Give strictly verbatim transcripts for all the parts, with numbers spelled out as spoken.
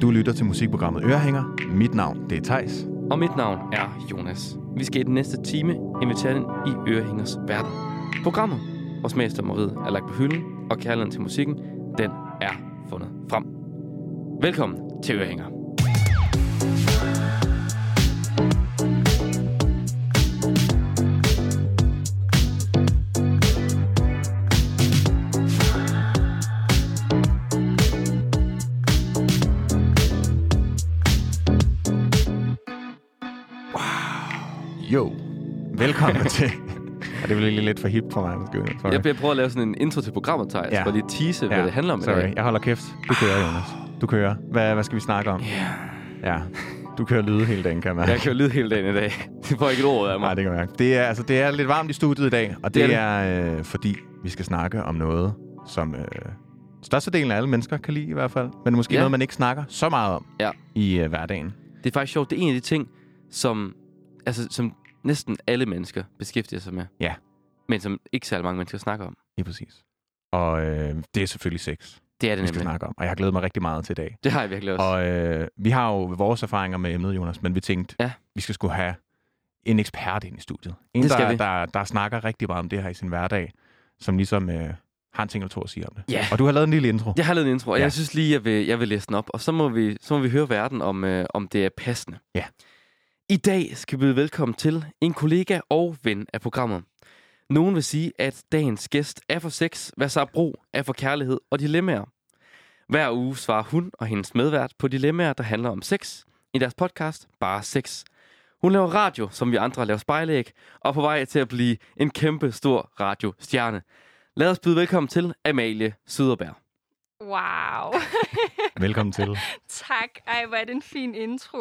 Du lytter til musikprogrammet Ørehænger. Mit navn, det er Theis. Og mit navn er Jonas. Vi skal i den næste time invitere ind i Ørehængers verden. Programmet, hvor smagsdommeriet er lagt på hylden, og kærligheden til musikken, den er fundet frem. Velkommen til Ørehænger. Jo, velkommen til. Og det bliver lidt for hip for mig, måske. Sorry. Jeg bliver prøvet at lave sådan en intro til programmet, Theis, ja. For lige tease, hvad ja. det handler om. Sorry, jeg holder kæft. Du kører, Jonas. Du kører. Hvad, hvad skal vi snakke om? Yeah. Ja, du kører lyde hele dagen, kan man. Jeg kører lyde hele dagen i dag. Det får ikke et ord af mig. Nej, det kan jeg. Det er, altså, det er lidt varmt i studiet i dag, og det, det er, er øh, fordi vi skal snakke om noget, som øh, størstedelen af alle mennesker kan lide i hvert fald, men måske ja. noget, man ikke snakker så meget om ja. i øh, hverdagen. Det er faktisk sjovt. Det er en af de ting, som, altså, som næsten alle mennesker beskæftiger sig med. Ja. Men som ikke særlig mange mennesker snakker om. Lige præcis. Og øh, det er selvfølgelig sex. Det er det vi skal nemlig. snakke om. Og jeg har glædet mig rigtig meget til i dag. Det har jeg virkelig også. Og øh, vi har jo vores erfaringer med emnet, Jonas, men vi tænkte, ja. vi skal sgu have en ekspert ind i studiet. En, det skal der, vi. Der, der snakker rigtig meget om det her i sin hverdag, som ligesom øh, har en ting eller to at sige om det. Ja. Og du har lavet en lille intro. Jeg har lavet en intro, og ja. jeg synes lige, jeg vil, jeg vil læse den op. Og så må vi, så må vi høre verden, om, øh, om det er passende. Ja. I dag skal vi byde velkommen til en kollega og ven af programmet. Nogen vil sige, at dagens gæst er for sex, hvad Sabro er for kærlighed og dilemmaer. Hver uge svarer hun og hendes medvært på dilemmaer, der handler om sex, i deres podcast Bare Sex. Hun laver radio, som vi andre laver spejlæg, og er på vej til at blive en kæmpe stor radiostjerne. Lad os byde velkommen til Amalie Søderberg. Wow. Velkommen til. Tak. Ej, hvor er det en fin intro.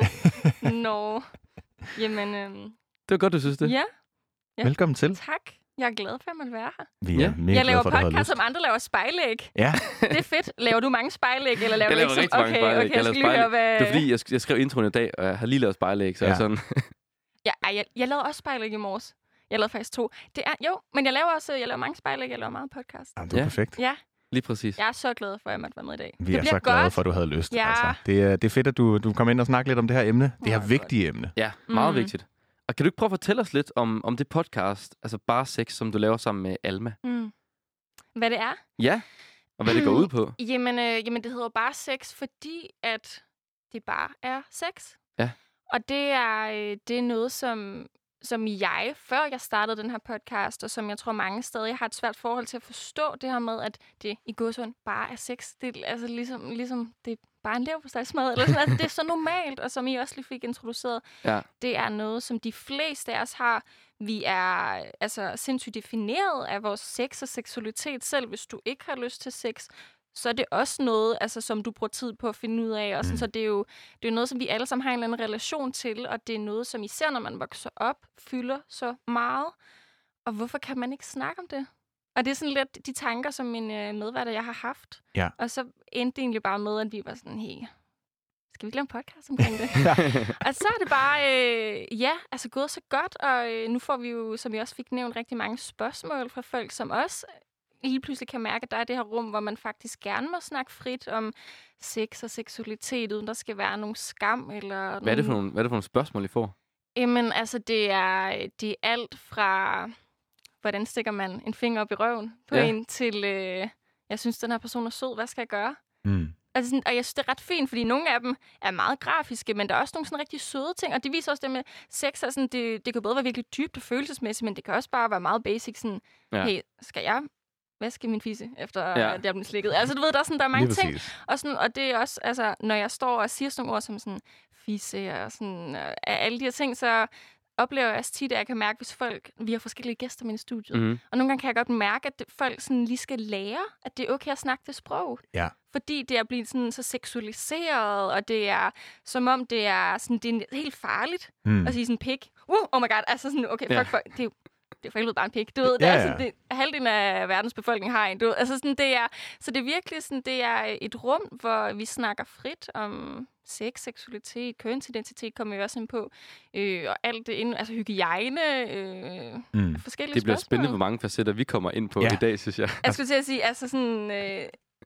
Nå. Jamen, øhm... Det var godt, du synes det. Ja. ja. Velkommen til. Tak. Jeg er glad for, at man være her. Vi er ja. mega jeg laver glad for, podcast, som andre laver spejlæg. Ja. Det er fedt. Laver du mange spejlæg, eller laver jeg du laver ikke rigtig mange okay, spejlæg. Okay, jeg laver spejlæg. hvad... Det er fordi, jeg, jeg skrev introen i dag, og jeg har lige lavet spejlæg, så ja. jeg sådan... ja, ej, jeg, jeg lavede også spejlæg i morges. Jeg lavede faktisk to. Det er, jo, men jeg laver også jeg laver mange spejlæg, jeg laver meget podcast. Jamen, det er ja. perfekt. Ja. Lige præcis. Jeg er så glad for, at jeg måtte være med i dag. Vi det er så glade godt. for, at du havde lyst. Ja. Altså. Det, er, det er fedt, at du, du kom ind og snakke lidt om det her emne. Det her ja, vigtige godt. emne. Ja, meget mm. vigtigt. Og kan du ikke prøve at fortælle os lidt om, om det podcast, altså Bare Sex, som du laver sammen med Alma? Mm. Hvad det er? Ja, og hvad det går ud på? Jamen, øh, jamen, det hedder bare sex, fordi at det bare er sex. Ja. Og det er, øh, det er noget, som, som jeg, før jeg startede den her podcast, og som jeg tror mange stadig har et svært forhold til at forstå, det her med, at det i godsøjne bare er sex. Det er altså ligesom, ligesom det er bare en leverpostejsmad, eller sådan, altså, det er så normalt, og som I også lige fik introduceret, ja. det er noget, som de fleste af os har. Vi er altså sindssygt defineret af vores sex og seksualitet selv. Hvis du ikke har lyst til sex, så er det også noget, altså, som du bruger tid på at finde ud af. Og sådan, mm. Så det er, jo, det er jo noget, som vi alle sammen har en eller anden relation til, og det er noget, som især når man vokser op, fylder så meget. Og hvorfor kan man ikke snakke om det? Og det er sådan lidt de tanker, som min øh, medværter jeg har haft. Ja. Og så endte det egentlig bare med, at vi var sådan, hey, skal vi ikke lave en podcast omkring det? Og så er det bare, øh, ja, altså gået så godt, og øh, nu får vi jo, som jeg også fik nævnt, rigtig mange spørgsmål fra folk, som også lige pludselig kan mærke, at der er det her rum, hvor man faktisk gerne må snakke frit om sex og seksualitet, uden der skal være nogen skam. Eller hvad, er det for nogle, hvad er det for nogle spørgsmål, I får? Jamen, altså, det er, det er alt fra, hvordan stikker man en finger op i røven på ja. en, til, øh, jeg synes, den her person er sød, hvad skal jeg gøre? Mm. Altså sådan, og jeg synes, det er ret fint, fordi nogle af dem er meget grafiske, men der er også nogle sådan rigtig søde ting, og det viser også det med sex, altså, det, det kan både være virkelig dybt og følelsesmæssigt, men det kan også bare være meget basic, sådan, ja. hey, skal jeg vaske min fisse, efter ja. at jeg er blevet slikket? Altså, du ved, der er, sådan, der er mange ting, og, sådan, og det er også, altså, når jeg står og siger sådan nogle ord som sådan fisse og sådan, og alle de her ting, så oplever jeg også tit, at jeg kan mærke, hvis folk, vi har forskellige gæster med i studiet, mm. og nogle gange kan jeg godt mærke, at folk sådan lige skal lære, at det er okay at snakke det sprog. Ja. Fordi det er blevet sådan så seksualiseret, og det er som om det er sådan, det er helt farligt mm. at sige sådan pik. Uh, oh my god, altså sådan, okay, fuck, ja. fuck, det er jo det er for helvede bare en pik. Du ved, det er, ja, ja. Altså, det, halvdelen af verdens befolkning har en. Du ved, altså sådan, det er, så det er virkelig sådan, det er et rum, hvor vi snakker frit om sex, seksualitet, kønsidentitet kommer vi også ind på, øh, og alt det inden, altså hygiejne, øh, mm. forskellige Det bliver spørgsmål. spændende, hvor mange facetter vi kommer ind på ja. i dag, synes jeg. Jeg skulle til at sige, altså sådan, øh,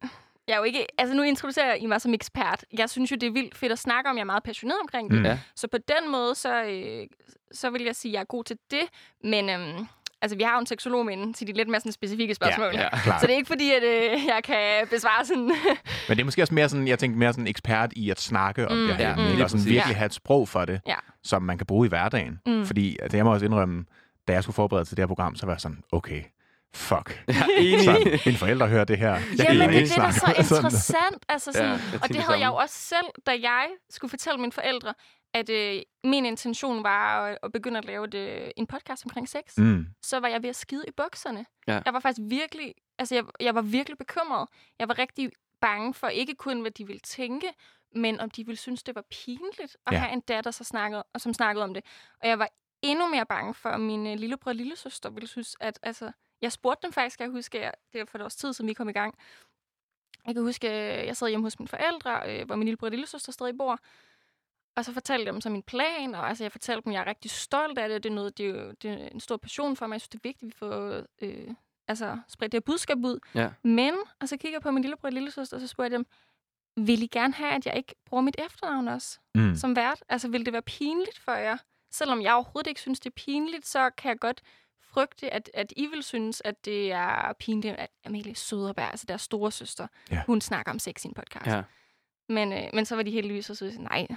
Jeg er jo ikke... Altså, nu introducerer I mig som ekspert. Jeg synes jo, det er vildt fedt at snakke om. Jeg er meget passioneret omkring det. Mm. Ja. Så på den måde, så, øh, så vil jeg sige, at jeg er god til det. Men... Øhm, Altså, vi har jo en seksolog inde til de lidt mere sådan specifikke spørgsmål. Ja, ja, så det er ikke fordi, at øh, jeg kan besvare sådan... Men det er måske også mere sådan, jeg tænkte mere sådan ekspert i at snakke om mm, det her. Ja, mm, og sådan virkelig ja. have et sprog for det, ja. som man kan bruge i hverdagen. Mm. Fordi, altså, jeg må også indrømme, da jeg skulle forberede til det her program, så var jeg sådan, okay, fuck. Ja, sådan, mine forældre hører det her. Jeg Jamen, det er da så interessant. Altså, sådan, ja, og det havde jeg jo også selv, da jeg skulle fortælle mine forældre, at øh, min intention var at, at begynde at lave det, en podcast omkring sex. Mm. Så var jeg ved at skide i bukserne. Ja. Jeg var faktisk virkelig, altså jeg, jeg var virkelig bekymret. Jeg var rigtig bange for ikke kun, hvad de ville tænke, men om de ville synes, det var pinligt at ja. have en datter, så snakkede, som snakkede om det. Og jeg var endnu mere bange for, at min øh, lillebror og lillesøster ville synes, at altså, jeg spurgte dem faktisk, jeg husker, jeg, det var for et års tid, som vi kom i gang. Jeg kan huske, jeg sad hjemme hos mine forældre, øh, hvor min lillebror og lillesøster stadig bor. Og så fortalte jeg dem så min plan, og altså, jeg fortalte dem, at jeg er rigtig stolt af det. Det er, noget, det er, jo, det er en stor passion for mig. Jeg synes, det er vigtigt, at vi får øh, altså, spredt det her budskab ud. Ja. Men, og så kigger jeg på min lillebror og lillesøster, og så spurgte jeg dem, vil I gerne have, at jeg ikke bruger mit efternavn også mm. som vært? Altså, vil det være pinligt for jer? Selvom jeg overhovedet ikke synes, det er pinligt, så kan jeg godt frygte, at, at I vil synes, at det er pinligt, at Amalie Søderberg, altså deres store søster, ja. hun snakker om sex i en podcast. Ja. Men, øh, men så var de heldigvis og så nej,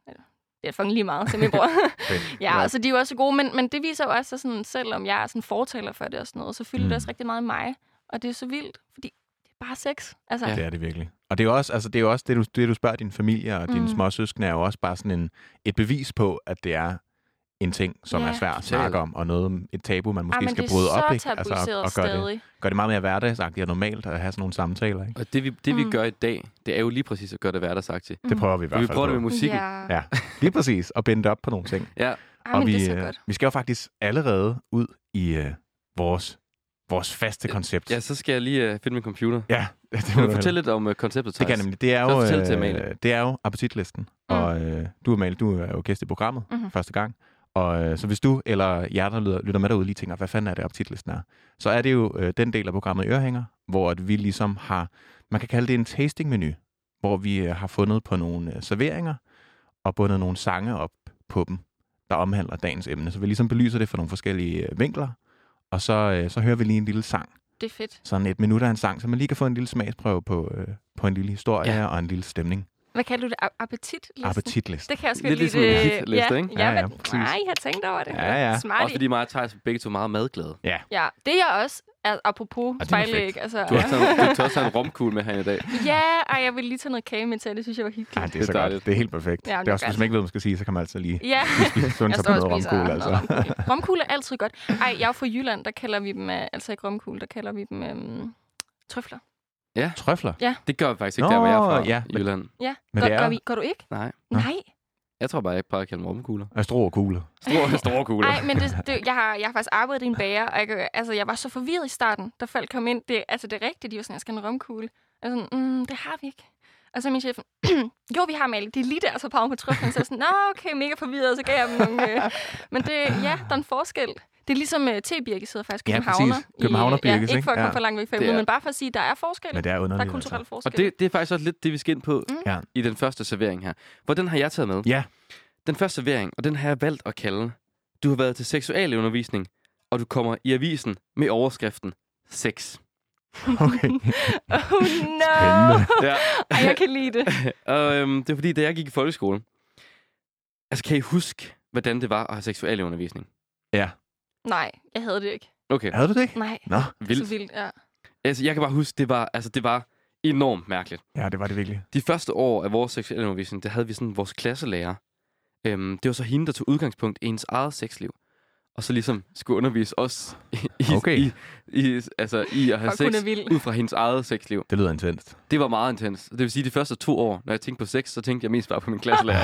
det er fucking lige meget til min bror. ja, ja, altså de er jo også gode, men, men det viser jo også, at sådan, selvom jeg er sådan fortaler for det og sådan noget, så fylder mm. det også rigtig meget i mig. Og det er så vildt, fordi det er bare sex. Altså. Ja, det er det virkelig. Og det er jo også, altså, det, er jo også det, du, det, du spørger din familie og dine mm. småsøskende, er jo også bare sådan en, et bevis på, at det er en ting, som yeah. er svært at snakke om, og noget, et tabu, man måske ja, skal bryde op, ikke? Altså, og, og gør, det, gør det meget mere hverdagsagtigt og normalt at have sådan nogle samtaler, ikke? Og det vi, det, vi mm. gør i dag, det er jo lige præcis at gøre det hverdagsagtigt. Mm. Det prøver vi i hvert fald. Vi prøver det med musikken. Yeah. Ja, lige præcis. Og binde det op på nogle ting. ja. Og ah, vi, vi skal jo faktisk allerede ud i uh, vores, vores faste koncept. Ja, så skal jeg lige uh, finde min computer. Ja. Det kan du fortælle lidt om uh, konceptet, Thijs? Det kan nemlig. Det er jo, uh, det er jo appetitlisten. Mm. Og uh, du, Amalie, du er jo gæst i programmet mm-hmm. første gang. Og øh, så hvis du eller jer, der lytter, lytter med derude, lige tænker, hvad fanden er det, appetitlisten er, så er det jo øh, den del af programmet Ørehænger, hvor at vi ligesom har, man kan kalde det en tastingmenu, hvor vi øh, har fundet på nogle øh, serveringer og bundet nogle sange op på dem, der omhandler dagens emne. Så vi ligesom belyser det fra nogle forskellige øh, vinkler, og så, øh, så hører vi lige en lille sang. Det er fedt. Sådan et minut af en sang, så man lige kan få en lille smagsprøve på, øh, på en lille historie ja. og en lille stemning. Hvad kalder du det? Appetitlisten? Appetitlisten. Det kan jeg også godt lide. Det er ligesom en hitliste, ikke? Ja, ja, ja, nej, jeg har tænkt over det. Ja, ja. Smart. Også fordi mig og Thijs begge to meget madglade. Ja. Ja, det er jeg også. Altså, apropos spejlæg. Altså, du har taget, du også en romkugle med her i dag. Ja, og jeg vil lige tage noget kage med til. Det synes jeg var hyggeligt. Ja, det er så godt. Det er helt perfekt. Ja, det er også, hvis man ikke ved, hvad man skal sige, så kan man altid lige ja. spise sådan sig på noget romkugle. Altså. Romkugle. Romkugle er altid godt. Ej, jeg er fra Jylland, der kalder vi dem, altså ikke romkugle, der kalder vi dem um, trøfler. Ja. Trøfler? Ja. Det gør vi faktisk ikke, Nå, der hvor jeg er fra ja. Jylland. Ja, men gør, det er... gør, vi, gør du ikke? Nej. Nej. Jeg tror bare, jeg plejer at kalde dem romkugler. Ja, store kugler. Store, store kugler. Nej, men det, det, jeg, har, jeg har faktisk arbejdet i en bager, og jeg, altså, jeg var så forvirret i starten, da folk kom ind. Det, altså, det er rigtigt, de var sådan, jeg skal have en romkugle. Jeg var sådan, mm, det har vi ikke. Og så min chef, jo, vi har malet. Det er lige der, så pege på trøflen. Så jeg sådan, nå, okay, mega forvirret, så gav jeg dem nogle... Øh. Men det, ja, der er en forskel. Det er ligesom uh, T-birke sidder faktisk i Københavner. Ja, præcis. Københavner-birkes, ja, ikke for at komme ja. for langt væk fra emnet, men bare for at sige, at der er forskel. Men det er underligt. Der er kulturelle altså. forskel. Og det, det er faktisk også lidt det, vi skal ind på mm. ja. i den første servering her. For den har jeg taget med. Ja. Den første servering, og den har jeg valgt at kalde, du har været til seksualundervisning, og du kommer i avisen med overskriften sex. Okay. Oh no! Ja. Ej, jeg kan lide det. og, øhm, det er fordi, da jeg gik i folkeskole, altså kan I huske, hvordan det var at have seksualundervisning? Ja. Nej, jeg havde det ikke. Okay. Havde du det ikke? Nej. Nå. Vildt. Så vildt, ja. Altså, jeg kan bare huske, det var, altså, det var enormt mærkeligt. Ja, det var det virkelig. De første år af vores seksualundervisning, der havde vi sådan vores klasselærer. Øhm, det var så hende, der tog udgangspunkt i ens eget sexliv. Og så ligesom skulle undervise os i, okay. i, i, altså, i at have sex ud fra hendes eget sexliv. Det lyder intenst. Det var meget intens. Det vil sige, de første to år, når jeg tænkte på sex, så tænkte jeg mest bare på min klasselærer.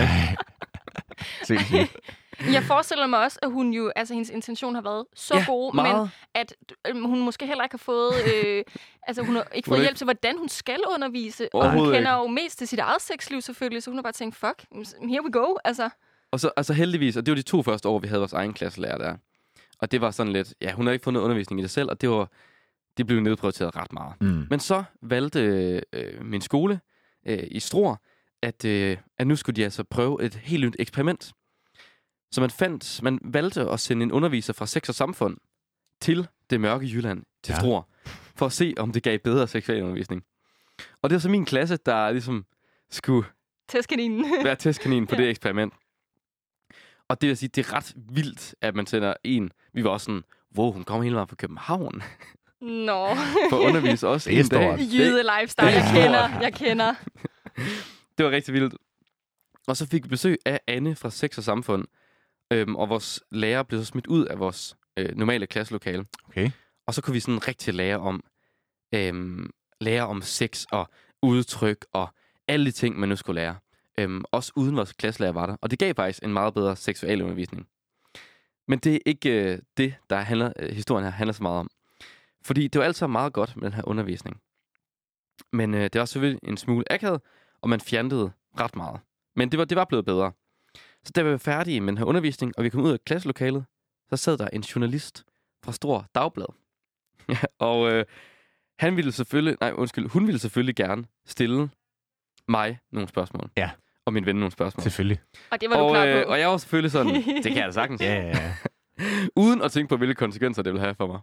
Ikke? Jeg forestiller mig også, at hun jo, altså hendes intention har været så ja, god, meget. men at øh, hun måske heller ikke har fået, øh, altså hun har ikke fået hjælp til, hvordan hun skal undervise. Og hun kender jo mest til sit eget sexliv selvfølgelig, så hun har bare tænkt, fuck, here we go, altså. Og så altså heldigvis, og det var de to første år, vi havde vores egen klasselærer der. Og det var sådan lidt, ja, hun har ikke fundet undervisning i det selv, og det var, det blev nedprioriteret ret meget. Mm. Men så valgte øh, min skole øh, i Struer, at, øh, at nu skulle de altså prøve et helt nyt eksperiment. Så man fandt, man valgte at sende en underviser fra Sex og Samfund til det mørke Jylland, til ja. Struer, for at se, om det gav bedre seksualundervisning. Og det var så min klasse, der ligesom skulle testkaninen. være testkaninen på ja. det eksperiment. Og det vil sige, det er ret vildt, at man sender en. Vi var også sådan, wow, hun kommer hele vejen fra København. Nå. For at undervise os en dag. Jyde lifestyle, jeg kender, jeg kender. Det var rigtig vildt. Og så fik vi besøg af Anne fra Sex og Samfund. Øhm, og vores lærer blev så smidt ud af vores øh, normale klasselokale. Okay. Og så kunne vi sådan rigtig lære om, øhm, lære om sex og udtryk og alle de ting, man nu skulle lære. Øhm, også uden vores klasselærer var der. Og det gav faktisk en meget bedre seksualundervisning. Men det er ikke øh, det, der handler, øh, historien her handler så meget om. Fordi det var altid meget godt med den her undervisning. Men øh, det var selvfølgelig en smule akavet, og man fjandede ret meget. Men det var, det var blevet bedre. Så da vi var færdige med den her undervisning, og vi kom ud af klasselokalet, så sad der en journalist fra Stor Dagblad. og øh, han ville selvfølgelig, nej undskyld, hun ville selvfølgelig gerne stille mig nogle spørgsmål. Ja. Og min ven nogle spørgsmål. Selvfølgelig. Og det var og, du klar på. Øh, og jeg var selvfølgelig sådan, det kan jeg da sagtens. Ja, ja, ja. Uden at tænke på, hvilke konsekvenser det ville have for mig.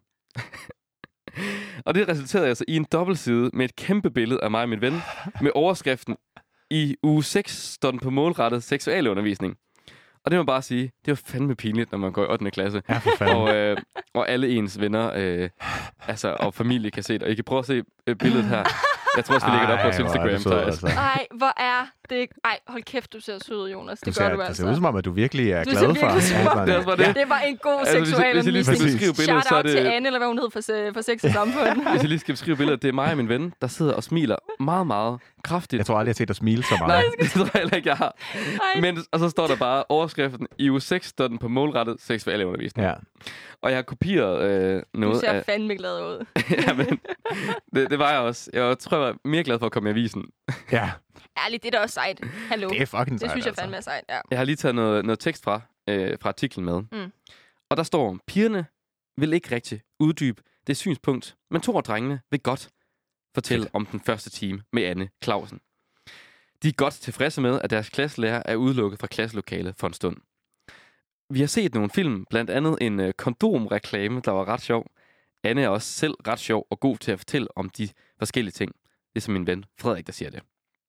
Og det resulterede altså i en dobbeltside med et kæmpe billede af mig og min ven, med overskriften i uge seks står den på målrettet seksualundervisning. Og det må jeg bare sige, det var fandme pinligt, når man går i ottende klasse. Ja, for fanden. Og, øh, og alle ens venner øh, altså, og familie kan se det. Og I kan prøve at se øh, billedet her. Jeg tror også, vi lægger det op på vores Instagram. Altså. Ej, hvor er det... Ej, hold kæft, du ser sød ud, Jonas. Det du gør ser, du altså. Det ser ud som om, at du virkelig er du glad for. Det. Det, var det. det var en god altså, seksualundervisning. Shout out det... til Anne, eller hvad hun hed for, for Sex og Samfund. Hvis jeg lige skal beskrive billedet, det er mig og min ven, der sidder og smiler meget, meget kraftigt. Jeg tror aldrig, jeg har set dig smile så meget. Nej, det tror jeg heller ikke, jeg har. Men, og så står der bare overskriften, i uge seks står den på målrettet seksualundervisning. Ja. Og jeg har kopieret øh, noget af... Du ser af... fandme glad ud. ja, men det, det var jeg også. Jeg tror, jeg var mere glad for at komme i avisen. Ja. Ærligt, det er da også sejt. Hallo. Det er fucking sejt, Det synes jeg altså. fandme er sejt, ja. Jeg har lige taget noget, noget tekst fra, øh, fra artiklen med. Mm. Og der står, pigerne vil ikke rigtig uddybe det synspunkt, men to af drengene vil godt fortælle Fedt. om den første time med Anne Clausen. De er godt tilfredse med, at deres klasselærer er udelukket fra klasselokalet for en stund. Vi har set nogle film, blandt andet en øh, kondomreklame, der var ret sjov. Anne er også selv ret sjov og god til at fortælle om de forskellige ting. Det er som min ven Frederik, der siger det.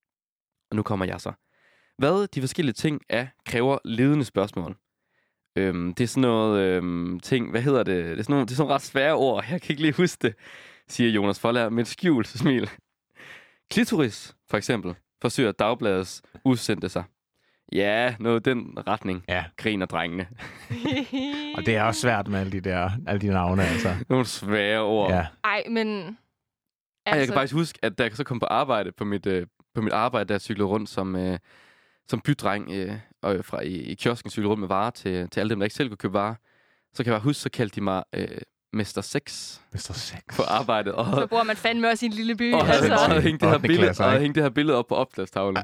Og nu kommer jeg så. Hvad de forskellige ting er, kræver ledende spørgsmål. Øhm, det er sådan noget øhm, ting, hvad hedder det? Det er, sådan nogle, det er sådan nogle ret svære ord. Jeg kan ikke lige huske det, siger Jonas Folær med et skjult smil. Klitoris, for eksempel, forsøger Dagbladets udsendte sig. Ja, noget den retning, ja. griner drengene. Og det er også svært med alle de der alle de navne, altså. Nogle svære ord. Ja. Ej, men... Altså... Ej, jeg kan faktisk huske, at da jeg så kom på arbejde, på mit, øh, på mit arbejde, der jeg cyklede rundt som, øh, som bydreng, øh, og fra i, i kiosken cyklede rundt med varer til, til alle dem, der ikke selv kunne købe varer. Så kan jeg bare huske, så kaldte de mig øh, mister Sex. mister Sex. På arbejdet. Og, så bruger man fandme også i en lille by. Og altså. havde hængt det her billede, og havde hængt det her billede op på opslagstavlen.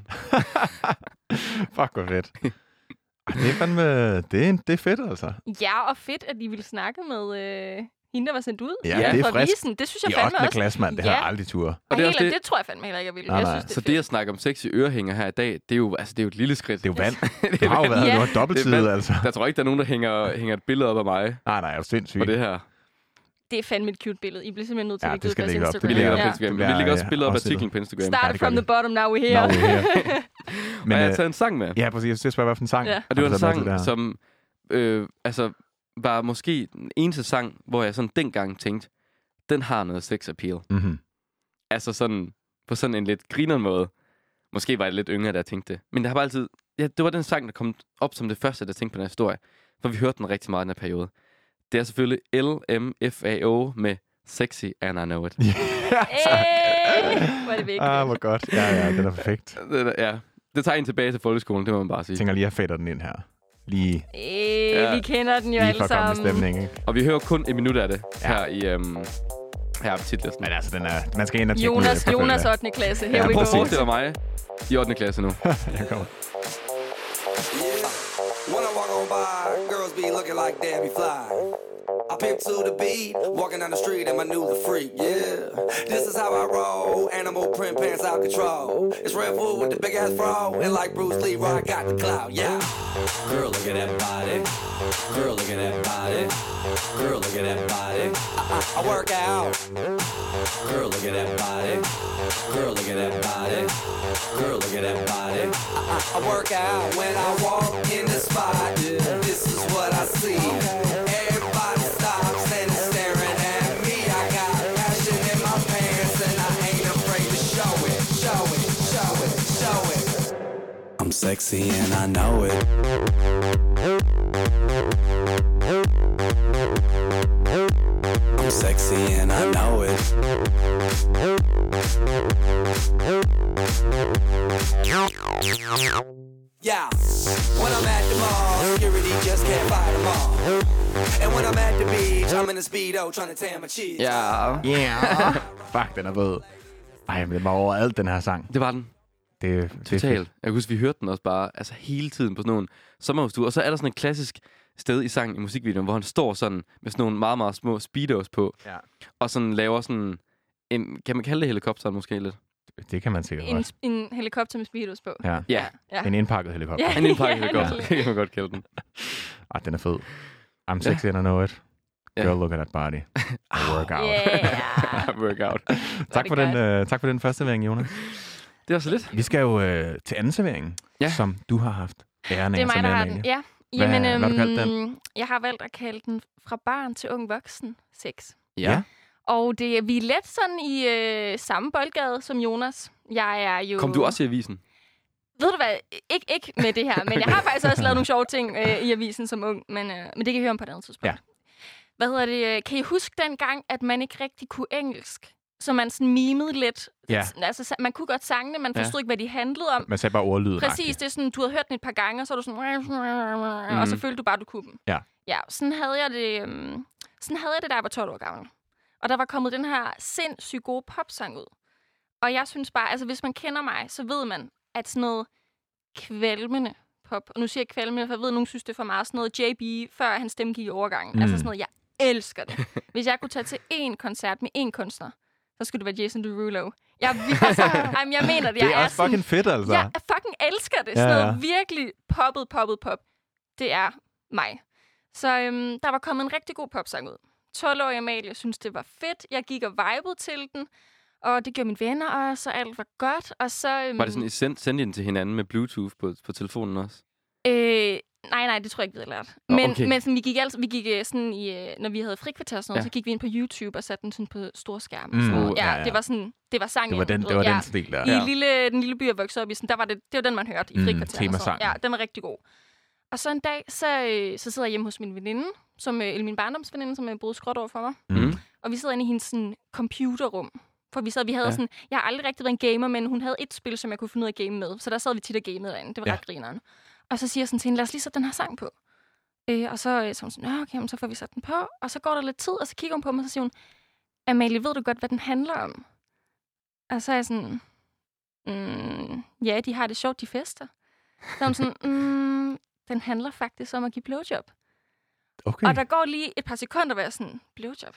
Fuck, hvor fedt. Det er fandme... Det er, det er fedt, altså. Ja, og fedt, at de ville snakke med... Øh... hende, der var sendt ud. Ja, ja, det er frisk. Visen. Det synes jeg I fandme også. klasse, mand. Det ja. har jeg aldrig tur. Og det, helt, det... det tror jeg fandme heller ikke, jeg ville. Nej, nej. Jeg synes, det så fedt. det at snakke om sex i ørehænger her i dag, det er jo, altså, det er jo et lille skridt. Det er jo vand. det har jo været, ja. du har dobbelttid, altså. Der tror ikke, der er nogen, der hænger, hænger et billede op af mig. Nej, nej, er du sindssygt. På det her. Det er fandme et cute billede. I bliver simpelthen nødt til ja, at lægge det ud på Instagram. Vi lægger det op på ja. Instagram. Vi lægger også billeder op af artiklen på Instagram. Start from the bottom, now we're here. Now we're here. Men jeg har taget en sang med. Ja, præcis. Jeg skal spørge, hvad for en sang. Ja. Og det var en sang, som øh, altså, var måske den eneste sang, hvor jeg sådan dengang tænkte, den har noget sex appeal. Mm-hmm. Altså sådan, på sådan en lidt grineren måde. Måske var jeg lidt yngre, da jeg tænkte det. Men det har bare altid... Ja, det var den sang, der kom op som det første, der tænkte på den her historie. For vi hørte den rigtig meget i den her periode. Det er selvfølgelig L M F A O med Sexy and I Know It. Ja, hey, hvor er det vigtigt. Ah, hvor godt. Ja, ja, det er perfekt. Det, ja, det tager en tilbage til folkeskolen, det må man bare sige. Jeg tænker lige, at jeg fader den ind her. Lige... Øh, ja, vi kender den jo alle sammen. Stemning, ikke? Og vi hører kun en minut af det ja. her i... Um, her på titlisten. Men altså, den er, man skal ind og tjekke Jonas, ud. Jonas ottende klasse. Her ja, vi prøv går. at forestille mig i ottende klasse nu. Jeg kommer. When I walk on by, girls be looking like Debbie Fly. I pimp to the beat, walking down the street and my new the freak, yeah. This is how I roll, animal print pants out control. It's Red Bull with the big ass fro, and like Bruce Lee, I got the clout, yeah. Girl, look at that body. Girl, look at that body. Girl, look at that body. I, I, I work out. Girl, look at that body. Girl, look at that body. Girl, look at that body. I, I, I work out when I walk in the spot. This is what I see. Everybody stops and is staring at me. I got passion in my pants and I ain't afraid to show it, show it, show it, show it. I'm sexy and I know it. I'm sexy and I know it. Yeah, when I'm at the mall, security just can't fight them all. And when I'm at the beach, I'm in a Speedo trying to tan my cheeks. Ja. Yeah. Fuck, den er fed. Ej, men det var overalt, den her sang. Det var den. Det, Totalt. Jeg kan huske, vi hørte den også bare altså hele tiden på sådan nogle sommerhusture. Og så er der sådan et klassisk sted i sangen, i musikvideoen, hvor han står sådan med sådan nogle meget, meget små speedos på. Ja. Og sådan laver sådan en, kan man kalde det helikopteren måske lidt? Det kan man sikkert En, også. en helikopter med speedos på. Ja. Ja. Ja. En indpakket helikopter. Ja. En indpakket Ja, helikopter. nemlig. Det kan man godt kalde den. Ej, den er fed. I'm sexy and I know it. Ja. Girl, look at that body. I work out. Yeah. Workout. tak, for den, uh, tak for den første servering, Jonas. Det var så lidt. Vi skal jo uh, til anden servering, Ja. som du har haft æren af. Det er mig, som der har Amalie. den. Ja. Hvad- Jamen, hvad har du kaldt øhm, jeg har valgt at kalde den fra barn til ung voksen sex. Ja. Og det, vi er lidt sådan i øh, samme boldgade som Jonas. Jeg er jo... Kom du også i avisen? Ved du hvad? Ik- ikke med det her, men jeg har faktisk også lavet nogle sjove ting øh, i avisen som ung. Men, øh, men det kan I høre om på et andet tidspunkt. Ja. Hvad hedder det? Kan I huske dengang, at man ikke rigtig kunne engelsk? Så man sådan mimede lidt. Ja. Altså, man kunne godt sangene, man Ja. forstod ikke, hvad de handlede om. Man sagde bare ordlyden. Præcis, det er sådan, du havde hørt den et par gange, og så er du sådan... Mm. Og så følte du bare, du kunne dem. Ja. Ja, sådan havde jeg det, um, sådan havde jeg det, da jeg var tolv år gammel. Og der var kommet den her sindssygt gode popsang ud. Og jeg synes bare, altså hvis man kender mig, så ved man, at sådan noget kvalmende pop, og nu siger jeg kvalmende, for jeg ved, at nogen synes, det er for meget sådan noget J B, før hans stemme gik i overgangen. Mm. Altså sådan noget, jeg elsker det. Hvis jeg kunne tage til én koncert med én kunstner, så skulle det være Jason Derulo. Jeg, altså, jamen, jeg mener det. Det er jeg også fucking sådan, fedt, altså. Jeg fucking elsker det. Sådan Ja, ja. noget virkelig poppet, poppet, pop. Det er mig. Så øhm, der var kommet en rigtig god popsang ud. tolv-årige Amalie synes, det var fedt. Jeg gik og vibede til den. Og det gjorde mine venner også, og alt var godt. Og så, øhm, Var det sådan, I sendte send den til hinanden med Bluetooth på, på telefonen også? Øh, nej, nej, det tror jeg ikke, vi havde lært. Nå, Men, okay. men sådan, vi gik, altså, vi gik øh, sådan i, øh, når vi havde frikvarter og sådan noget, Ja. så gik vi ind på YouTube og satte den sådan på store skærme. Mm. Og sådan noget. Ja, Ja, ja. det var sådan, det var sangen. Det var den, du det ved, var ja. den stil der. I Ja. lille, den lille by, jeg voksede op i, sådan, der var det, det var den, man hørte i Mm, frikvarter. og sådan noget. temasangen. Ja, den var rigtig god. Og så en dag, så, øh, så sidder jeg hjemme hos min veninde, som, øh, eller min barndomsveninde, som er boet skråt over for mig. Mm. Og vi sidder inde i hendes sådan, computerrum. For vi sad, vi havde Ja. ja. sådan, jeg har aldrig rigtig været en gamer, men hun havde et spil, som jeg kunne finde ud af at game med. Så der sad vi tit og gamede derinde. Det var Ja. ja. ret grineren. Og så siger jeg sådan til hende, lad os lige sætte den her sang på. Øh, og så, øh, så hun sådan, Nå, okay, men så får vi sat den på. Og så går der lidt tid, og så kigger hun på mig, og så siger hun, Amalie, ved du godt, hvad den handler om? Og så er jeg sådan, mm, ja, de har det sjovt, de fester. Så er hun sådan, mm, den handler faktisk om at give blowjob. Okay. Og der går lige et par sekunder, hvor jeg er sådan, blowjob?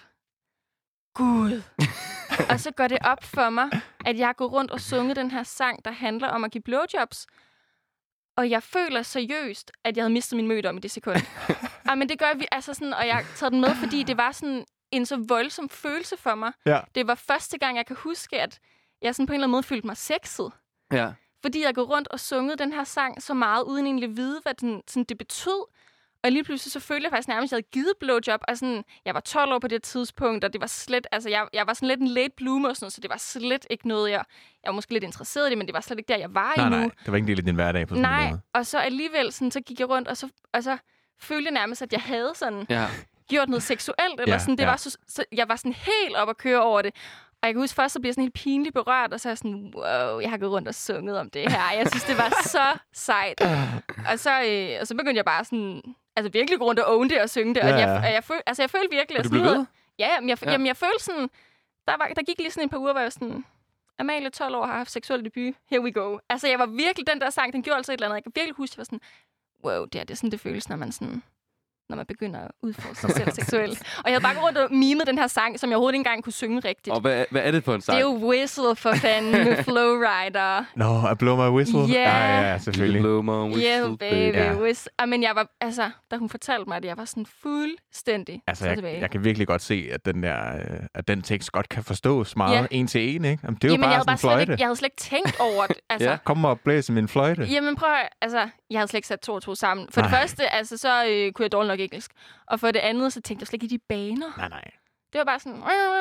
Gud. Og så går det op for mig, at jeg går rundt og sunget den her sang, der handler om at give blowjobs. Og jeg føler seriøst, at jeg havde mistet min møde om i det sekund. Ej, men det gør vi, altså sådan, og jeg har taget den med, fordi det var sådan en så voldsom følelse for mig. Ja. Det var første gang, jeg kan huske, at jeg sådan på en eller anden måde følte mig sexet. Ja. Fordi jeg går rundt og sunget den her sang så meget, uden egentlig at vide, hvad den, sådan, det betød. Og lige pludselig så følte jeg faktisk nærmest, at jeg havde givet blowjob. Og sådan, jeg var tolv år på det tidspunkt, og det var slet, altså jeg, jeg var sådan lidt en late bloomer, og sådan noget, så det var slet ikke noget, jeg, jeg var måske lidt interesseret i det, men det var slet ikke der, jeg var Nej, endnu. nej. Det var ikke en del af din hverdag på sådan en Nej, måde. og så alligevel sådan, så gik jeg rundt, og så, og så følte jeg nærmest, at jeg havde sådan Ja. gjort noget seksuelt, eller Ja, sådan. Det ja. var så, så, jeg var sådan helt op at køre over det. Og jeg kan huske først, så bliver jeg sådan helt pinligt berørt, og så er jeg sådan, wow, jeg har gået rundt og sunget om det her. Jeg synes, det var så sejt. Og så, øh, og så begyndte jeg bare sådan, altså virkelig gå rundt og own det og synge det. Ja, Og jeg, ja. og jeg, føl, altså jeg følte virkelig... Og altså, du blev nu havde- ved? Ja, jamen, jeg, Ja. ja. Jamen, jeg følte sådan... Der, var, der gik lige sådan et par uger, hvor jeg var sådan... Amalie, tolv år, har haft seksuel debut. Here we go. Altså, jeg var virkelig... Den der sang, den gjorde altså et eller andet. Jeg kan virkelig huske, jeg var sådan... wow, det er, det er sådan, det føles, når man sådan... når man begynder at udfordre sig selv seksuelt. Og jeg havde bare gået rundt og mimet den her sang, som jeg overhovedet ikke engang kunne synge rigtigt. Og hvad, hvad er det for en sang? Det er jo Whistle for fanden med Flowrider. Nå, no, I blow my whistle? Yeah. Ja, ja, selvfølgelig. Blow my whistle, Yeah, baby. Ja. Whistle. Ah, men jeg var, altså, da hun fortalte mig, at jeg var sådan fuldstændig Altså, jeg, jeg kan virkelig godt se, at den der, øh, at den tekst godt kan forstås meget Ja. en til en, ikke? Jamen, det er jo Jamen, bare jeg sådan en slet fløjte. ikke, jeg havde slet ikke tænkt over det. Altså, Ja. Kom og blæs min fløjte. Jamen prøv at, altså, jeg havde slet ikke sat to og to sammen. For Nej. det første, altså, så øh, kunne jeg dårligt nok engelsk. Og for det andet, så tænkte jeg slet ikke i de baner. Nej, nej. Det var bare sådan...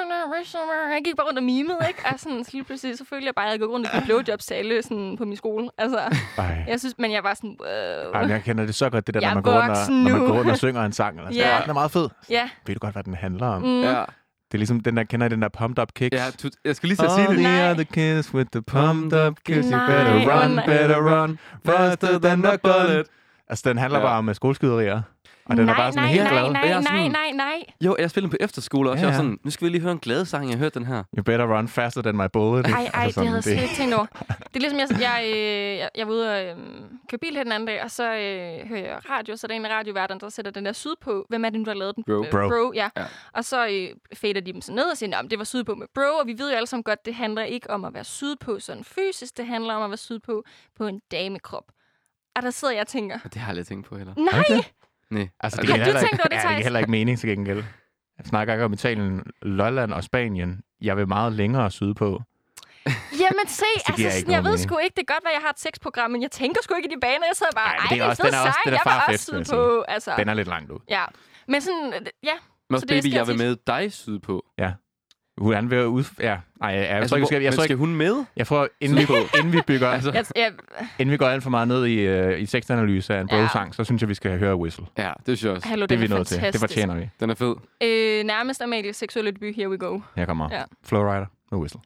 Jeg gik bare rundt og mimede, ikke? Og sådan, så lige pludselig, så følte jeg bare, at jeg gik rundt og gik blowjobs til alle sådan, på min skole. Altså, Ej. jeg synes, men jeg var sådan... Wow. Ej, men jeg kender det så godt, det der, Jeg når er man, går rundt og, voksen når man nu. går rundt og synger en sang. Eller sådan. Ja. Den er meget fed. Ja. Ved du godt, hvad den handler om? Mm. Ja. Det er ligesom den der, kender I den der pumped up kicks? Ja, tu- jeg skulle lige til at sige All det. the Nej. other kids with the pumped up kids, you Nej, better åh run, nej. better run, faster than a bullet. Altså, den handler Ja. bare om skoleskyderier. Og den nej, er bare sådan nej, helt nej, glad. nej, Jeg er nej, sådan- nej, nej. Jo, jeg spillede på efterskole også. Ja, Jeg var ja. sådan, nu skal vi lige høre en glad sang. Jeg har hørt den her. You better run faster than my bullet. Ej, ej, Altså det sådan, havde jeg slet ikke tænkt over. Det er ligesom, jeg, jeg, øh, jeg, jeg var ude og øh, køre bil her den anden dag, og så øh, hører jeg radio, så er der en af radioværterne, der sætter den der Sydpå. Hvem er det nu, der har lavet den? Bro. Øh, Bro. Bro, ja. Ja. Og så øh, fader de dem så ned og siger, at det var Sydpå med Bro, og vi ved jo alle sammen godt, det handler ikke om at være Sydpå sådan fysisk, det handler om at være Sydpå på en damekrop. Og der sidder jeg og tænker, Og det har jeg aldrig tænkt på heller. nej, Nej. Altså, Har giver du heller tænkt ikke- over det, ja, det Theis? giver heller ikke mening til gengæld. Jeg snakker ikke om Italien, Lolland og Spanien. Jeg vil meget længere sydpå. jamen se, Det giver altså, ikke sådan, jeg nogen ved mening. sgu ikke, det er godt, at jeg har et sexprogram, men jeg tænker sgu ikke i de baner, jeg sidder bare, Ej, men ej, det er det er også- fed den er også- sang, den er jeg var farfetched, også vil jeg Sydpå, altså, Den er lidt langt ud. ja. Men sådan, ja, Men Så det er baby, jeg vil tit. med dig sydpå. Hun vil ud... Ja, nej, jeg, jeg, Altså, tror ikke, vi hvor- skal, jeg, men tror skal ikke, hun med? jeg tror, inden vi, inden vi bygger, Altså, jeg, jeg, inden vi går alt for meget ned i, uh, i sexanalyse af en Ja. bro-sang, så synes jeg, vi skal høre Whistle. Ja, det synes jeg også. hallo, Det er den vi er nødt til. Det fantastisk. fortjener vi. Den er fed. Øh, nærmest Amalies seksuelle debut, here we go. Her kommer Ja. Flowrider med Whistle.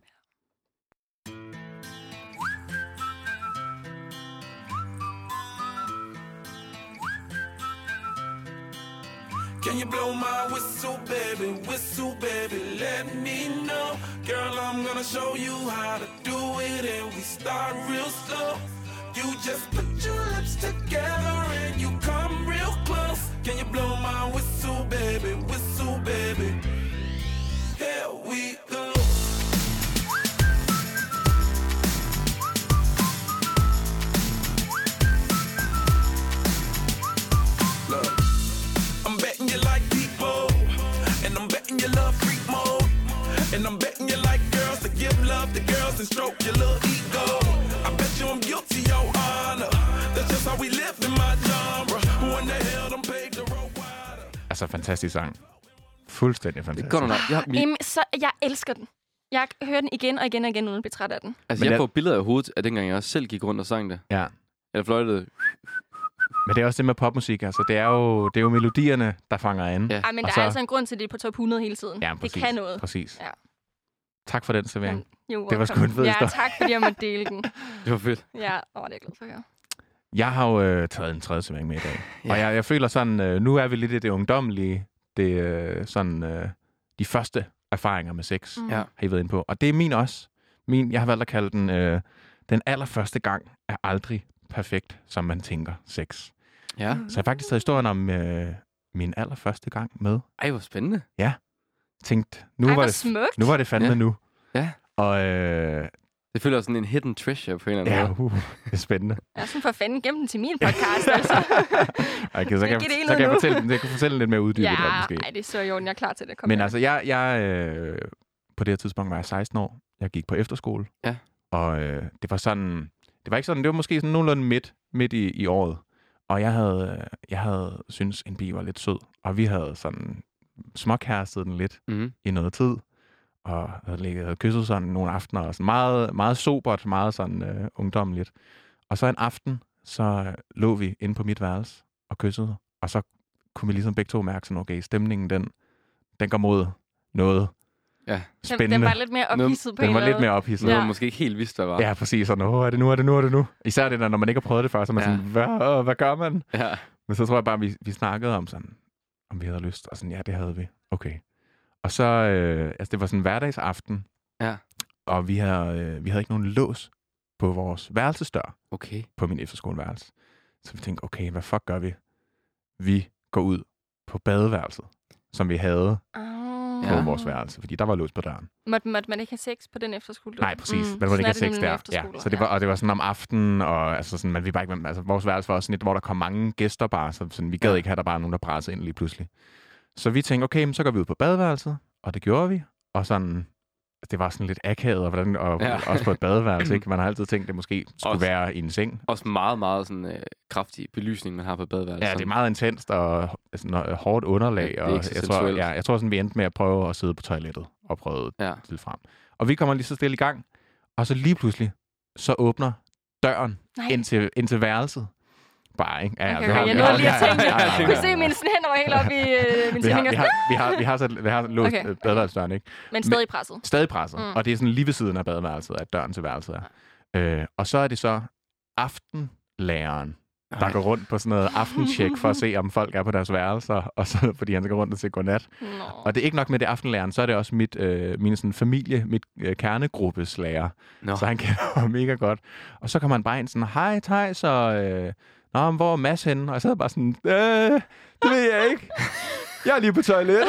Can you blow my whistle, baby? Whistle, baby, let me know. Girl, I'm gonna show you how to do it, and we start real slow. You just put your lips together and you come real close. Can you blow my whistle, baby? Whistle, baby. Here we go. Look, I'm betting you like people, and I'm betting you love freak mode, and I'm betting you like girls to give love to girls and stroke your little ego. I bet you I'm guilty, your honor. That's just how we live in my genre. Who in the hell done paved the road wider? Altså, fantastisk sang. Fuldstændig Det fantastisk. er godt nok. Jeg, min, Jamen, så, jeg elsker den. Jeg hører den igen og igen og igen, uden at blive træt af den. altså, Men jeg jeg- får billeder af hovedet af dengang, jeg også selv gik rundt og sang det. Ja. Eller fløjtede. Men det er også det med popmusik. Altså, det er jo, det er jo melodierne, der fanger an. Ja. Ej, men Og der så- er altså en grund til, at det er på top hundrede hele tiden. Ja, det præcis. kan noget. Præcis. Ja. Tak for den servering. Jo, Det var sgu welcome. en fed Ja, historie. tak fordi jeg måtte dele den. Det var fedt. Ja, åh, det er jeg glad for at høre. Jeg har jo øh, taget en tredje servering med i dag. Ja. Og jeg, jeg føler sådan, øh, nu er vi lidt i det ungdommelige, det øh, sådan, øh, de første erfaringer med sex, Mm. Ja. har I været inde på. Og det er min også. Min, jeg har valgt at kalde den, øh, den allerførste gang er aldrig perfekt, som man tænker sex. Ja. Mm. Så jeg har faktisk taget historien om øh, min allerførste gang med. Ej, hvor spændende. Tænkt, nu, Ej, var hvor det, smukt. nu var det fandme Ja. nu. Ja. Og øh, Det føler sådan en hidden treasure på en eller anden ja, måde. uh, det er spændende. Jeg er sådan for fanden gennem den til min podcast, altså. Okay, så kan, Ikke det så kan jeg nu. fortælle, jeg kan fortælle lidt mere uddybet, ja, om måske. ej, det er så i orden. Jeg er klar til det. Kom Men her. altså, jeg, jeg øh, på det her tidspunkt var jeg seksten år. Jeg gik på efterskole. Ja. Og øh, det var sådan, det var ikke sådan, det var måske sådan nogenlunde midt, midt i, i året. Og jeg havde, jeg havde synes en bi var lidt sød. Og vi havde sådan småkærestet den lidt Mm-hmm. i noget tid. Og havde ligget havde kysset sådan nogle aftener. Og sådan meget, meget sobert, meget sådan øh, ungdommeligt. Og så en aften, så øh, lå vi inde på mit værelse og kyssede. Og så kunne vi ligesom begge to mærke sådan, okay, stemningen, den, den går mod noget Ja. den, spændende. den var lidt mere ophidset på Den en var eller lidt anden mere ophidset. Noget, Ja. man måske ikke helt vidste, hvad var. Ja, præcis. Sådan, åh, er det nu, er det nu, er det nu? Især det der, når man ikke har prøvet det før, så er man Ja. sådan, hvad, hvad gør man? Ja. Men så tror jeg bare, vi, vi snakkede om sådan, om vi havde lyst. Og sådan, ja, det havde vi. Okay. Og så, øh, altså det var sådan en hverdagsaften. Ja. Og vi havde, øh, vi havde ikke nogen lås på vores værelsesdør Okay. på min efterskoleværelse. Så vi tænkte, okay, hvad fuck gør vi? Vi går ud på badeværelset, som vi havde oh. på Ja. vores værelse, fordi der var låst på døren. Måtte, måtte man ikke have sex på den efterskole? Nej, præcis. Mm. Man måtte ikke have Sådan er sex det der. nemlig med Ja. efterskoler. Så det var, og det var sådan om aftenen, og altså sådan, man, vi bare ikke, altså, vores værelse var også sådan et, hvor der kom mange gæster bare, så sådan, vi gad Ja. ikke have, der bare nogen, der brassede ind lige pludselig. Så vi tænkte, okay, men så går vi ud på badeværelset, og det gjorde vi. Og sådan, det var sådan lidt akavet, og, hvordan, og Ja. også på et badeværelse, ikke? Man har altid tænkt, det måske skulle Også- være i en seng. Også meget, meget sådan, øh, kraftig belysning, man har på badeværelset. Ja, det er meget intenst og sådan, hårdt underlag. Ja, det er og ikke så jeg, tror, sensuelt. ja, jeg tror sådan, vi endte med at prøve at sidde på toilettet og prøve Ja. til frem. Og vi kommer lige så stille i gang, og så lige pludselig, så åbner døren Nej. ind til, ind til værelset. Bare, ikke? Ja, Okay, vi okay, har- jeg vi nåede har- lige at ja, ja, tænke, ja, ja, ja. jeg kunne se min sådan hænder var helt oppe i øh, min Vi har, tændinger. vi har, vi har, vi har, så, vi har låst Okay, okay, okay. badeværelsesdøren, ikke? Men stadig presset. Stadig presset. Mm. Mm. Og det er sådan lige ved siden af badeværelset, at døren til værelset er. Øh, og så er det så aftenlæreren, der Ej. går rundt på sådan noget aftentjek for at se, om folk er på deres værelser, og så, fordi han skal gå rundt og se godnat. Nå. Og det er ikke nok med det aftenlæreren, så er det også mit, øh, min sådan familie, mit øh, kernegruppes lærer. Nå. Så han kender mig mega godt. Og så kommer han bare ind sådan, hej Thijs, og øh, nå, men hvor er Mads henne? Og jeg sad bare sådan, øh, det ved jeg ikke. Jeg er lige på toilettet.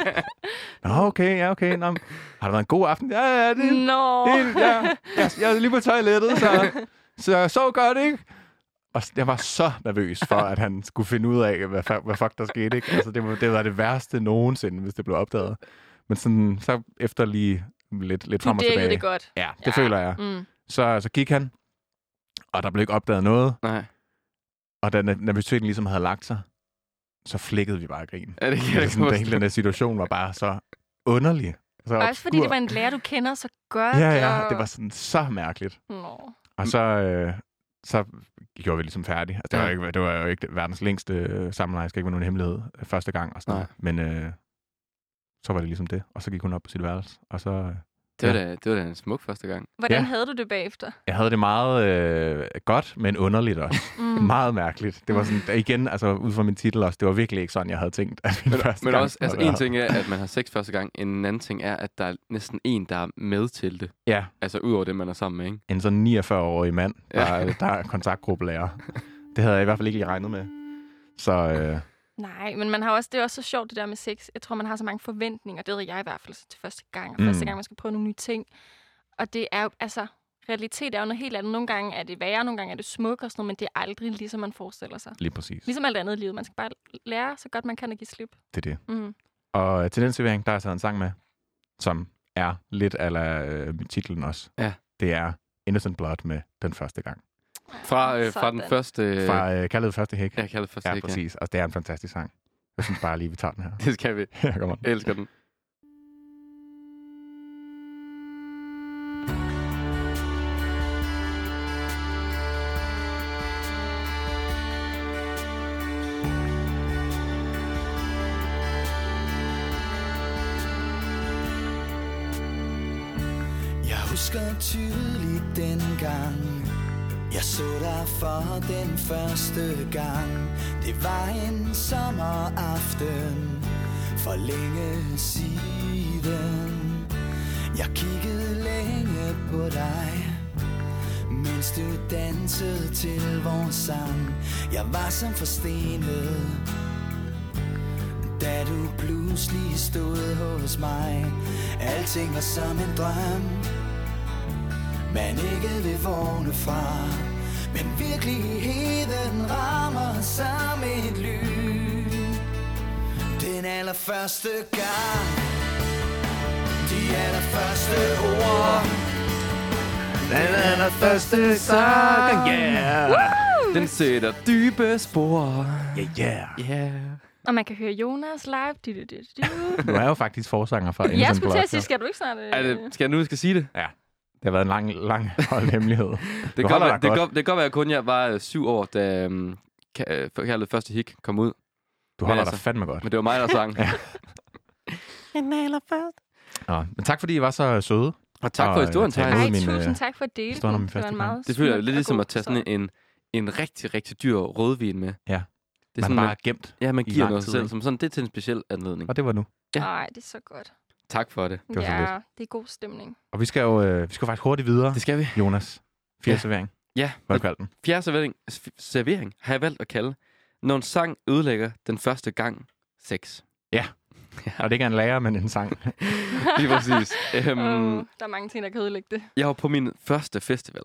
Nå, okay, ja, okay. Nå, har det været en god aften? Ja, ja, det, Nå. det ja, jeg, jeg er lige på toilettet, så, så sov godt, ikke? Og jeg var så nervøs for, at han skulle finde ud af, hvad, fa- hvad fuck der skete, ikke? Altså, det var, det var det værste nogensinde, hvis det blev opdaget. Men sådan, så efter lige lidt, lidt Du frem og tilbage. dækkede det godt. Ja, det ja. føler jeg. Mm. Så, så gik han, og der blev ikke opdaget noget. Nej. Og da nervøsiteten ligesom havde lagt sig, så flækkede vi bare grin. Ja, det kan jeg Altså, sådan, godt hele den her situation var bare så underlig. Så Også fordi obskur. det var en lærer, du kender så godt. Ja, ja, og... det var sådan så mærkeligt. Nå. Og så, øh, så gjorde vi ligesom færdig. Altså, det, var Ja. ikke, det var jo ikke verdens længste øh, sammenhæng. Det skal ikke være nogen hemmelighed øh, første gang. Og sådan noget. Men øh, så var det ligesom det. Og så gik hun op på sit værelse. Og så... Øh, Det var, Ja. da, det var da en smuk første gang. Hvordan Ja. havde du det bagefter? jeg havde det meget øh, godt, men underligt også. Mm. Meget mærkeligt. Det var sådan, igen, altså ud fra min titel også, det var virkelig ikke sådan, jeg havde tænkt, at min Men, første men gang også, altså havde en været. ting er, at man har sex første gang. En anden ting er, at der er næsten en, der er med til det. Ja, Altså ud over det, man er sammen med, ikke? en sådan niogfyrre-årig mand, der, Ja. ja. der er kontaktgruppelærer. Det havde jeg i hvert fald ikke lige regnet med. Så øh, Nej, men man har også, det er også så sjovt, det der med sex. Jeg tror, man har så mange forventninger. Det havde jeg i hvert fald til første gang. Og Mm. første gang, man skal prøve nogle nye ting. Og det er jo, altså, realitet er jo noget helt andet. Nogle gange er det værre, nogle gange er det smukt og sådan noget, men det er aldrig ligesom man forestiller sig. lige præcis, Ligesom alt andet i livet. Man skal bare lære så godt man kan at give slip. det er det. Mm. Og øh, til den servering, der har jeg taget en sang med, som er lidt ala øh, titlen også. Ja. Det er Innocent Blood med Den Første Gang. Fra, øh, fra den Sådan. første... Øh, Fra øh, Kærlighed Første Hæk. jeg kalder det første Ja, ikke, præcis. Og det er en fantastisk sang. Jeg synes bare lige, vi tager den her. Det skal vi. Her kommer den. Jeg elsker den. Jeg husker tydeligt dengang jeg så dig for den første gang. Det var en sommeraften for længe siden. Jeg kiggede længe på dig, mens du dansede til vores sang. Jeg var som forstenet, da du pludselig stod hos mig. Alting var som en drøm, man ikke vil vågne fra. Men virkeligheden rammer som et lyn. Den allerførste gang, de allerførste ord, Den allerførste sang, yeah! Den sætter dybe spor. Yeah, yeah! Yeah. Og man kan høre Jonas live. Du, du, du, du. Du er jo faktisk forsanger for Jeg Innocent skulle Blood. til at sige, skal du ikke snart... Øh... Er det, skal jeg nu skal sige det? Ja. Det har været en lang, lang hold hemmelighed. Det Du kan holder godt, dig det, godt. godt, det kan godt være, at kun jeg var øh, syv år, da um, Kærlighed Første Hik kom ud. Du holder altså- dig fandme godt. Men det var mig, der sang. Ja. Nå, men tak fordi I var så søde. Og tak Og, for historien, øh, tag Thijs. imod Ej, min, tusind øh, tak for at dele historien om min den. Det var første en gang. meget Det føler jeg smuk lidt og ligesom god at tage historie. sådan en, en rigtig, rigtig dyr rødvin med. Ja. Det er Man sådan, bare man, gemt. ja, man i giver lang noget tid, selv, ikke? som sådan, det er til en speciel anledning. Og det var nu. Ja. Nej, det er så godt. Tak for det. var så ja, lidt. det er god stemning. Og vi skal jo øh, vi skal faktisk hurtigt videre, Det skal vi. Jonas. Fire servering. Ja. Hvad har du kaldt den? Fjerde servering, servering har jeg valgt at kalde, når en sang ødelægger den første gang sex. Ja. ja. Og det ikke er en lærer, men en sang. Lige præcis. Um, oh, der er mange ting, der kan ødelægge det. Jeg var på min første festival.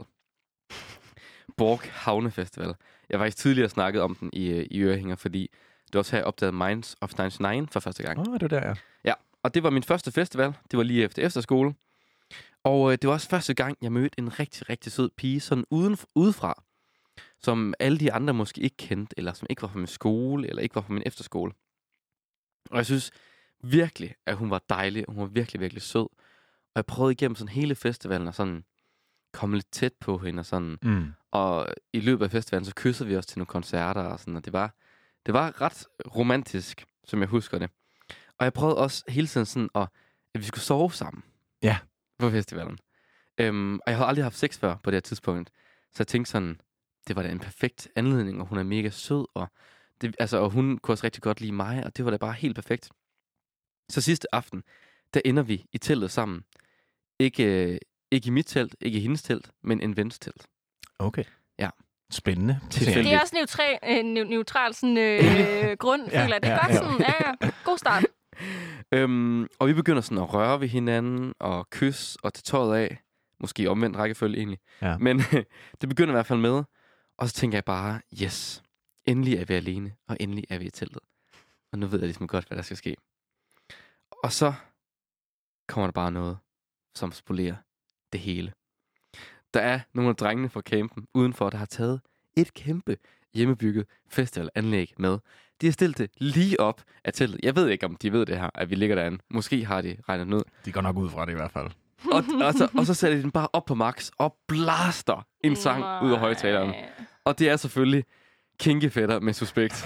Borg Havne Festival. Jeg har faktisk tidligere snakket om den i, i Ørehænger, fordi det var også her, jeg opdagede Minds of nioghalvfems for første gang. Åh, oh, det var der, ja. Ja, og det var min første festival. Det var lige efter efterskole. Og øh, det var også første gang, jeg mødte en rigtig, rigtig sød pige, sådan uden, udefra, som alle de andre måske ikke kendte, eller som ikke var fra min skole, eller ikke var fra min efterskole. Og jeg synes virkelig, at hun var dejlig, og hun var virkelig, virkelig sød. Og jeg prøvede igennem sådan hele festivalen, og sådan komme lidt tæt på hende, og sådan. Mm. Og i løbet af festivalen, så kyssede vi os til nogle koncerter, og sådan, og det var, det var ret romantisk, som jeg husker det. Og jeg prøvede også hele tiden sådan, at, at vi skulle sove sammen. Ja. På festivalen. Øhm, og jeg havde aldrig haft sex før på det her tidspunkt. Så jeg tænkte sådan, det var da en perfekt anledning, og hun er mega sød, og, det, altså, og hun kunne også rigtig godt lide mig, og det var da bare helt perfekt. Så sidste aften, der ender vi i teltet sammen. Ikke, øh, ikke i mit telt, ikke i hendes telt, men en vens telt. Okay. Ja. Spændende. Det er også neutral, øh, neutral sådan, øh, grund, ja, føler jeg. Det er ja, godt ja. sådan, ja, ja. God start. Øhm, og vi begynder sådan at røre ved hinanden, og kysse og tage tøjet af. Måske omvendt rækkefølge egentlig. Ja. Men det begynder i hvert fald med. Og så tænker jeg bare, yes, endelig er vi alene, og endelig er vi i teltet. Og nu ved jeg ligesom godt, hvad der skal ske. Og så kommer der bare noget, som spolerer det hele. Der er nogle af drengene fra campen udenfor, der har taget et kæmpe hjemmebygget festivalanlæg med. De har stillet det lige op af teltet. Jeg ved ikke, om de ved det her, at vi ligger derinde. Måske har de regnet ud. De går nok ud fra det i hvert fald. Og, og, så, og så sætter de den bare op på max og blaster en sang Nej. ud af højtaleren. Og det er selvfølgelig Kinky Fætter med Suspekt.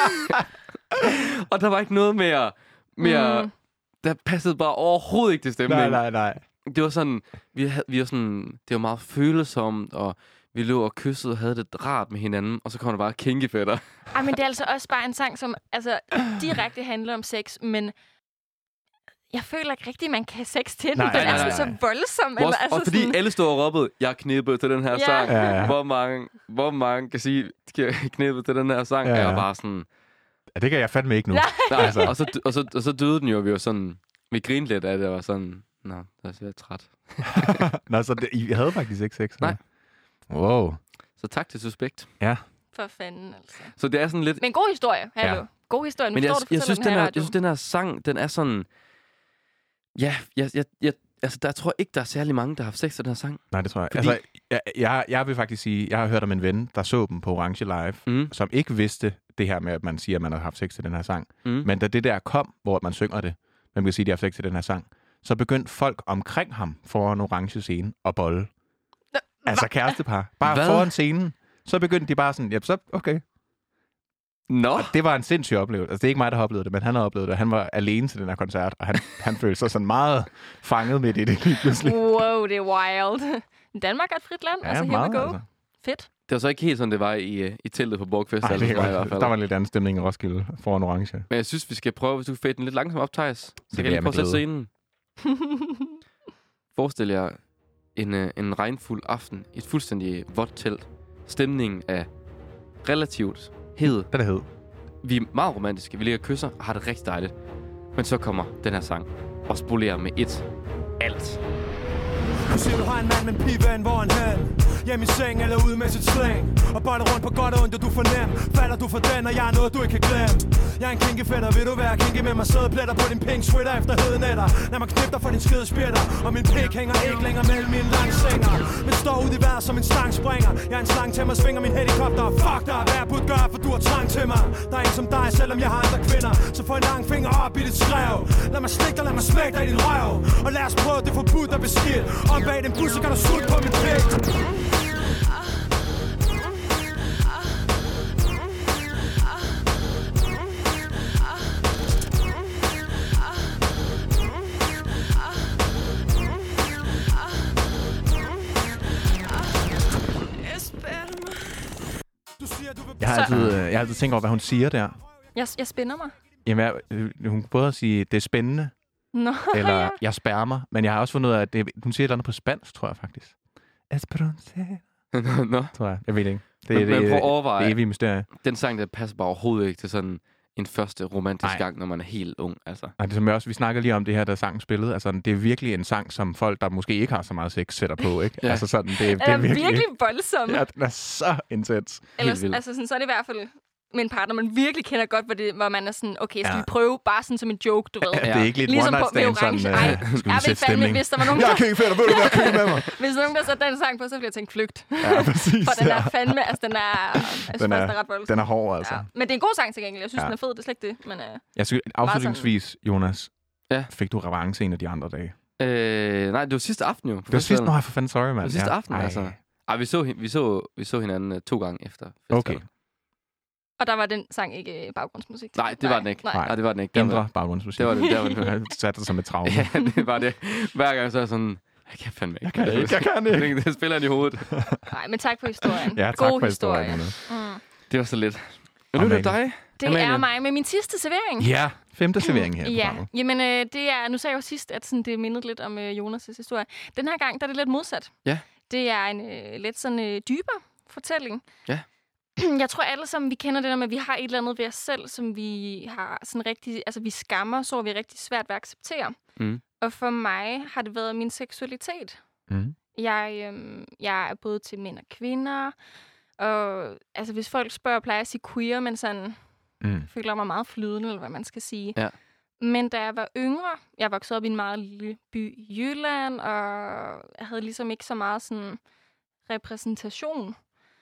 Og der var ikke noget mere... mere Mm. Der passede bare overhovedet ikke til stemningen. Nej, nej, nej. Det var sådan... Vi havde, vi var sådan... Det var meget følsomt, og vi lå og kyssede og havde det rart med hinanden, og så kom der bare Kinky Fætter. Ej, men det er altså også bare en sang, som altså, direkte handler om sex, men jeg føler ikke rigtigt, man kan have sex til den, Nej, for den nej, er nej, sådan nej. så voldsom. Vores, Eller, altså og fordi sådan, alle stod og råbede, jeg er knippet til den her Ja. sang. Ja, ja. Hvor mange, hvor mange kan sige, de er knippet til den her sang? Ja, Ja, ja. Jeg var bare sådan... Ja, det kan jeg fandme ikke nu. Ja. Nej, Altså. og, så, og, så, og så døde den jo, og vi var sådan... Vi grinede lidt af det, og var sådan... Nå, der er jeg træt. Nå, så det, I havde faktisk ikke sex? Nej. Wow. Så tak til Suspekt. Ja. for fanden, altså. Så det er sådan lidt... Men god historie, hallo. Ja. God historie. Nu Men jeg, forstår du, jeg, synes, den den her her, radio. jeg synes, den her sang, den er sådan... Ja, jeg, jeg, jeg, altså, der tror jeg ikke, der er særlig mange, der har haft sex til den her sang. Nej, det tror jeg. Fordi- Altså, jeg, jeg, jeg vil faktisk sige, jeg har hørt om en ven, der så dem på Orange Live, Mm. som ikke vidste det her med, at man siger, at man har haft sex til den her sang. Mm. Men da det der kom, hvor man synger det, man kan sige, at de har haft sex til den her sang, så begyndte folk omkring ham foran Orange Scene at bolle. Nå, Altså kærestepar. Bare Hvad? foran scenen. Så begyndte de bare sådan, ja, så okay. Nå! Og det var en sindssyg oplevelse. Altså, det er ikke mig, der har oplevet det, men han har oplevet det. Han var alene til den her koncert, og han, han følte sig sådan meget fanget midt i det lige pludselig. Wow, det er wild. Danmark er et frit land, Ja, altså here meget, we go. altså. Fedt. Det var så ikke helt sådan, det var i, øh, i teltet på Borgfest. Ej, det i hvert var, fald. der var en lidt anden stemning i Roskilde foran Orange. Men jeg synes, vi skal prøve, hvis du kan fade den lidt langsomt op, Thijs. Så vil kan jeg jeg lige prøve at med sætte scenen. Forestil jer en, øh, en regnfuld aften i et fuldstændig vådt telt. Stemningen er relativt hed. Hvad det hed? Vi er meget romantiske. Vi ligger og kysser og har det rigtig dejligt. Men så kommer den her sang og spolerer med et alt. Du siger, du har en mand med en pigeven, hvor han hen? Hjemme i seng eller ude med sit slæng. Og boller rundt på godt og ondt, og du fornem. Falder du for den, og jeg er noget, du ikke kan glemme. Jeg er en kinkefætter, vil du være kinky med mig? Sæde pletter på din pink sweater efter hedenetter. Lad mig knippe dig for din skide spjætter. Og min pik hænger ikke længere mellem mine langsenger. Men står ud i vejret som en stangspringer. Jeg er en slang til mig, svinger min helikopter. Fuck dig, hvad jeg burde gøre, for du har trang til mig. Der er en som dig, selvom jeg har andre kvinder. Så få en lang finger op i dit skrev. Lad mig stikke dig, lad mig smække dig i din røv. Og lad os prøve det forbudt og beskidt. Om bag den busse kan du sutte på min pik. Jeg har, altid, øh, jeg har altid tænkt over, hvad hun siger der. Jeg, jeg spænder mig. Jamen, jeg, øh, hun kan både sige, det er spændende, Nå, eller ja. jeg spærrer mig. Men jeg har også fundet ud af, at det, hun siger et eller andet på spansk, tror jeg faktisk. Esperanza. Nå. Tror jeg. Jeg ved det ikke. Det, Men, det, men det, prøv at overveje. det er evige mysterie. Den sang, der passer bare overhovedet ikke til sådan en første romantisk Nej. gang, når man er helt ung. Altså. Nej, det er som jeg også, vi snakker lige om det her, der sangen spillede. Altså, det er virkelig en sang, som folk, der måske ikke har så meget sex, sætter på, ikke? Ja. Altså sådan, det, det er er virkelig... virkelig voldsom. Ja, den er så intens. Ellers, vildt. altså sådan, så er det i hvert fald med en partner, man virkelig kender godt, hvor, det, hvor man er sådan, okay, skal Ja. vi prøve bare sådan som en joke, du ved. Ja. Det er ikke lidt Ligesom one på night med stand, sådan, orange. uh, Ej, skal vi jeg sætte ved fandme, stemning. hvis der var nogen, Jeg der, er kingfætter, ved du hvad, køb med mig. hvis der var nogen, der satte den sang på, så ville jeg tænke flygt. Ja, præcis. For den er ja. fandme, altså den er, jeg synes Den den er- er, den er ret voldsom. Den er hård, altså. Ja. Men det er en god sang til gengæld. Jeg synes, Ja. den er fed, det er slet ikke det. Men, øh, Jeg synes, afslutningsvis, Jonas, Ja. fik du revanche en af de andre dage? Øh, nej, det var sidste aften jo. Det var sidst, nå, for fanden, sorry, mand. Det var sidste Ja. aften, Ej. altså. Ej, vi så, hin- vi så, vi så hinanden uh, to gange efter festivalen. Okay. og der var den sang ikke øh, baggrundsmusik. Nej, det var den ikke. Nej. Nej, det var den ikke. Der var- Indre baggrundsmusik. Det var det, der var det. Jeg satte det som et traume. Ja, det var det. Hver gang så er jeg sådan, jeg kan fandme ikke. Jeg kan det ikke, jeg kan det ikke. Det, det spiller han i hovedet. Nej, men tak for historien. Ja, tak God for historie. historien. Mm. Det var så lidt. Og nu er det Amalie. dig. Det Amalie. er mig med min sidste servering. Ja, femte servering her. i Ja, programmet. jamen øh, det er, nu sagde jeg jo sidst, at sådan, det mindede lidt om øh, Jonas' historie. Den her gang, der er det lidt modsat. Ja. Det er en øh, lidt sådan øh, dybere fortælling. Ja. Jeg tror alle sammen, vi kender det der med, at vi har et eller andet ved os selv, som vi har sådan rigtig, altså vi skammer, så er vi rigtig svært ved at acceptere. Mm. Og for mig har det været min seksualitet. Mm. Jeg, øhm, jeg er både til mænd og kvinder, og altså hvis folk spørger, plejer jeg at sige queer, men sådan Mm. føler mig meget flydende, eller hvad man skal sige. Ja. Men da jeg var yngre, jeg voksede op i en meget lille by i Jylland, og jeg havde ligesom ikke så meget sådan repræsentation.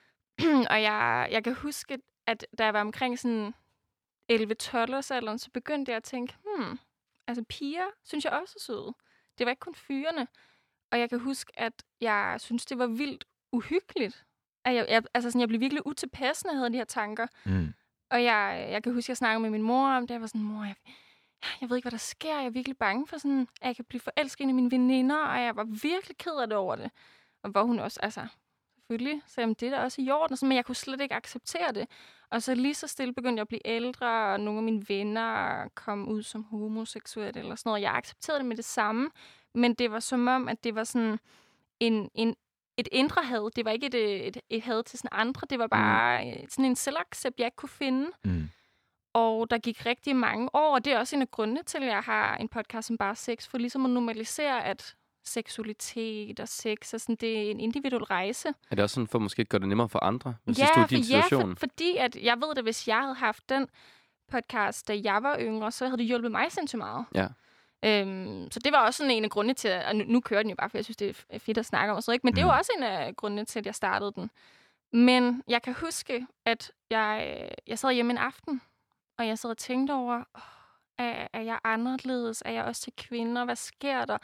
Og jeg, jeg kan huske, at da jeg var omkring sådan elleve tolv års alderen, så begyndte jeg at tænke, hmm, altså piger synes jeg også er søde. Det var ikke kun fyrene. Og jeg kan huske, at jeg synes, det var vildt uhyggeligt. At jeg, jeg, altså sådan, jeg blev virkelig utilpas, når jeg havde de her tanker. Mm. Og jeg, jeg kan huske, at jeg snakkede med min mor om det. Jeg var sådan, mor, jeg, jeg ved ikke, hvad der sker. Jeg er virkelig bange for sådan, at jeg kan blive forelsket i en af mine veninder. Og jeg var virkelig ked af det over det. Og hvor hun også, altså, selvfølgelig sagde, det er da også i orden. Og sådan, men jeg kunne slet ikke acceptere det. Og så lige så stille begyndte jeg at blive ældre, og nogle af mine venner kom ud som homoseksuelle eller sådan noget. Jeg accepterede det med det samme. Men det var som om, at det var sådan en, en et indre had. Det var ikke et, et, et had til sådan andre. Det var bare mm. sådan en selvaccept, jeg ikke kunne finde. Mm. Og der gik rigtig mange år, og det er også en af grundene til, at jeg har en podcast som bare sex, for ligesom at normalisere, at seksualitet og sex, og sådan, det er en individuel rejse. Er det også sådan for måske at gøre det nemmere for andre, hvis ja, det stod i din for, ja, situation? for, fordi at jeg ved, at hvis jeg havde haft den podcast, da jeg var yngre, så havde det hjulpet mig sindssygt meget. Ja. Øhm, så det var også sådan en af grundene til, at, og nu, nu kører den jo bare, for jeg synes, det er fedt at snakke om, og sådan, ikke? Men mm. det er jo også en af grundene til, at jeg startede den. Men jeg kan huske, at jeg, jeg sad hjemme en aften, og jeg sad og tænkte over, oh, er, er jeg anderledes? Er jeg også til kvinder? Hvad sker der?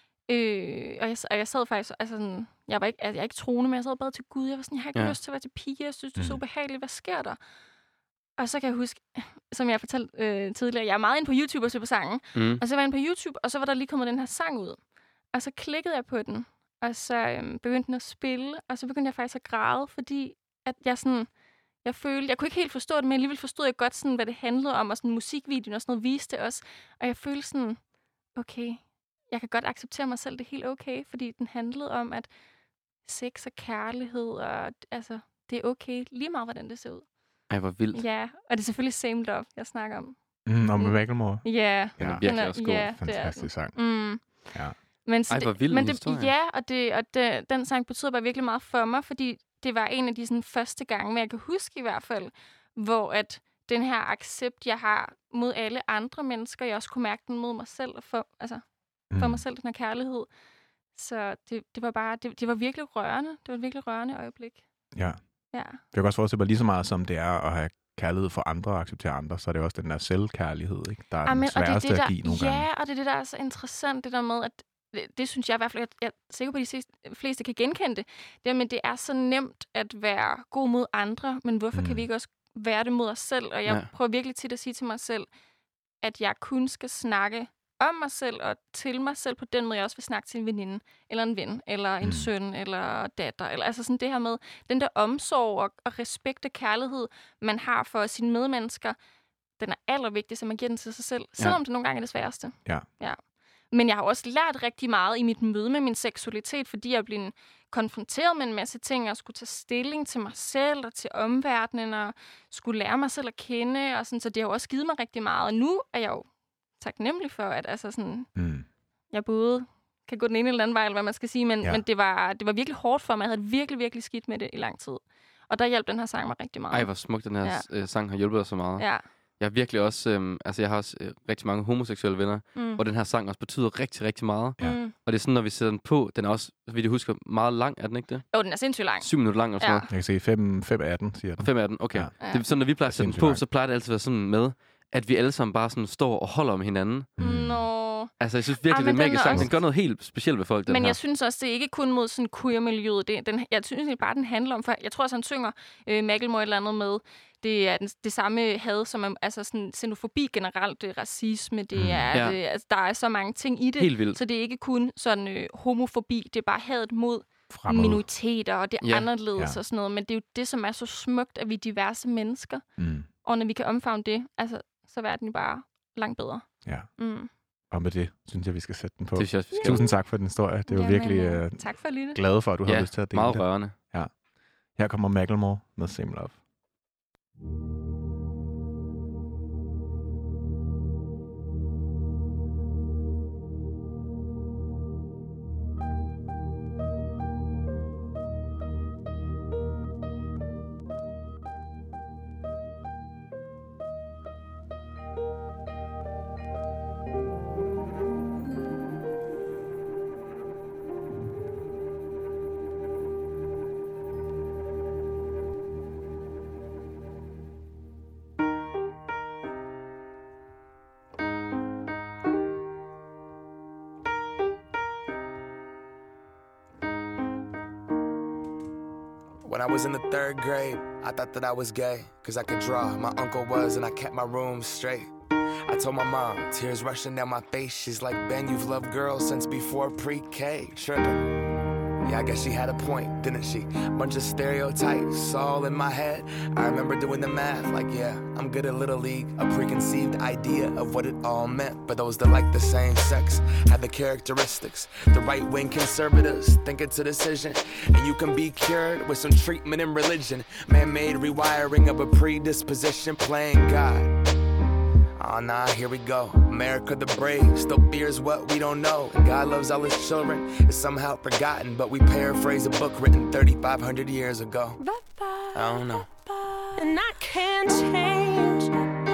Øh, og, jeg, og jeg sad faktisk, altså sådan, jeg var ikke, altså, jeg er ikke troende, men jeg sad og bad til Gud. Jeg var sådan, jeg har ikke ja. lyst til at være til pige. Jeg synes, det er så ubehageligt. Hvad sker der? Og så kan jeg huske, som jeg fortalte øh, tidligere, jeg er meget inde på YouTube og så på sangen. Mm. Og så var jeg inde på YouTube, og så var der lige kommet den her sang ud. Og så klikkede jeg på den, og så øhm, begyndte den at spille, og så begyndte jeg faktisk at græde, fordi at jeg sådan, jeg følte, jeg kunne ikke helt forstå det, men alligevel forstod jeg godt sådan, hvad det handlede om, og sådan musikvideoen og sådan noget viste os. Og jeg følte sådan, okay, jeg kan godt acceptere mig selv, det er helt okay, fordi den handlede om, at sex og kærlighed, og altså, det er okay, lige meget hvordan det ser ud. Ej, hvor vildt. Ja, og det er selvfølgelig Same Love, jeg snakker om. Mm, og med Macklemore. Ja. Den er virkelig også god. Ja, fantastisk sang. Mm. Ja. Men Ej, hvor vild men det, historie. Ja, og, det, og det, den sang betyder bare virkelig meget for mig, fordi det var en af de sådan, første gange, men jeg kan huske i hvert fald, hvor at den her accept, jeg har mod alle andre mennesker, jeg også kunne mærke den mod mig selv, og for, altså, for mm. mig selv, den her kærlighed. Så det, det var bare, det, det var virkelig rørende. Det var et virkelig rørende øjeblik. Ja. Ja. Jeg kan også forestille mig, lige så meget som det er at have kærlighed for andre og acceptere andre, så er det også den der selvkærlighed, ikke? Der er Amen, den sværeste og det er det, der, at give nogle ja, gange. Ja, og det er det, der er så interessant, det der med, at det, det synes jeg i hvert fald, jeg, jeg er sikker på, at de fleste kan genkende det. Det er, men det er så nemt at være god mod andre, men hvorfor mm. kan vi ikke også være det mod os selv? Og jeg ja. prøver virkelig tit at sige til mig selv, at jeg kun skal snakke om mig selv og til mig selv på den måde, jeg også vil snakke til en veninde, eller en ven, eller en mm. søn, eller datter. Eller, altså sådan det her med den der omsorg og, og respekt og kærlighed, man har for sine medmennesker, den er allervigtigst, at man giver den til sig selv, selvom ja. det nogle gange er det sværeste. Ja. ja. Men jeg har også lært rigtig meget i mit møde med min seksualitet, fordi jeg er blevet konfronteret med en masse ting, og skulle tage stilling til mig selv og til omverdenen, og skulle lære mig selv at kende, og sådan, så det har jo også givet mig rigtig meget. Og nu er jeg jo taknemmelig for, at altså sådan, mm. jeg både kan gå den ene eller anden vej, eller hvad man skal sige, men, ja. men det, var, det var virkelig hårdt for mig. Jeg havde virkelig, virkelig skidt med det i lang tid. Og der hjalp den her sang mig rigtig meget. Ej, hvor smukt den her ja. sang har hjulpet dig så meget. Ja. Jeg har virkelig også, øhm, altså jeg har også øh, rigtig mange homoseksuelle venner, mm. og den her sang også betyder rigtig, rigtig meget. Ja. Mm. Og det er sådan, når vi sætter den på, den er også, vil du huske, meget lang, er den ikke det? Jo, den er sindssygt lang. Syv minutter lang eller sådan ja. noget. Jeg kan sige fem atten, siger den. fem atten, okay. Ja. Det er sådan, når vi plejer at sætte den på, lang. Så plejer det altid at være sådan med, at vi alle sammen bare sådan står og holder om hinanden. Mm. Nå. Altså, jeg synes virkelig, ah, det er mega sang. Den gør noget helt specielt ved folk, den Men her. jeg synes også, det er ikke kun mod sådan queer-miljøet. Det, den, jeg synes ikke bare, den handler om, for jeg tror også, han synger øh, Macklemore et eller andet med, det er den, det samme had, som er altså sådan xenofobi generelt, det er racisme, det mm. er, ja. det, altså, der er så mange ting i det. Helt vildt. Så det er ikke kun sådan øh, homofobi, det er bare hadet mod Fremad. minoriteter, og det er ja. anderledes ja. og sådan noget. Men det er jo det, som er så smukt, at vi er diverse mennesker. Mm. Og når vi kan omfavne det, altså, så er verden bare langt bedre. Ja. Mm. Og med det, synes jeg, vi skal sætte den på. Det synes jeg, Tusind tak for din historie. Det er jo virkelig uh, tak for lidt. glad for, at du ja, har lyst til at dele meget det. rørende. Ja. Her kommer Macklemore med Same Love. When I was in the third grade, I thought that I was gay, cause I could draw. My uncle was, and I kept my room straight. I told my mom, tears rushing down my face. She's like, Ben, you've loved girls since before pre-K. Trippin'. Yeah, I guess she had a point, didn't she? Bunch of stereotypes all in my head. I remember doing the math, like, yeah, I'm good at Little League. A preconceived idea of what it all meant. But those that like the same sex had the characteristics. The right-wing conservatives think it's a decision. And you can be cured with some treatment in religion. Man-made rewiring of a predisposition, playing God. Oh, nah, here we go. America the brave still fears what we don't know. And God loves all his children. It's somehow forgotten, but we paraphrase a book written thirty-five hundred years ago. I don't know. And I can't change.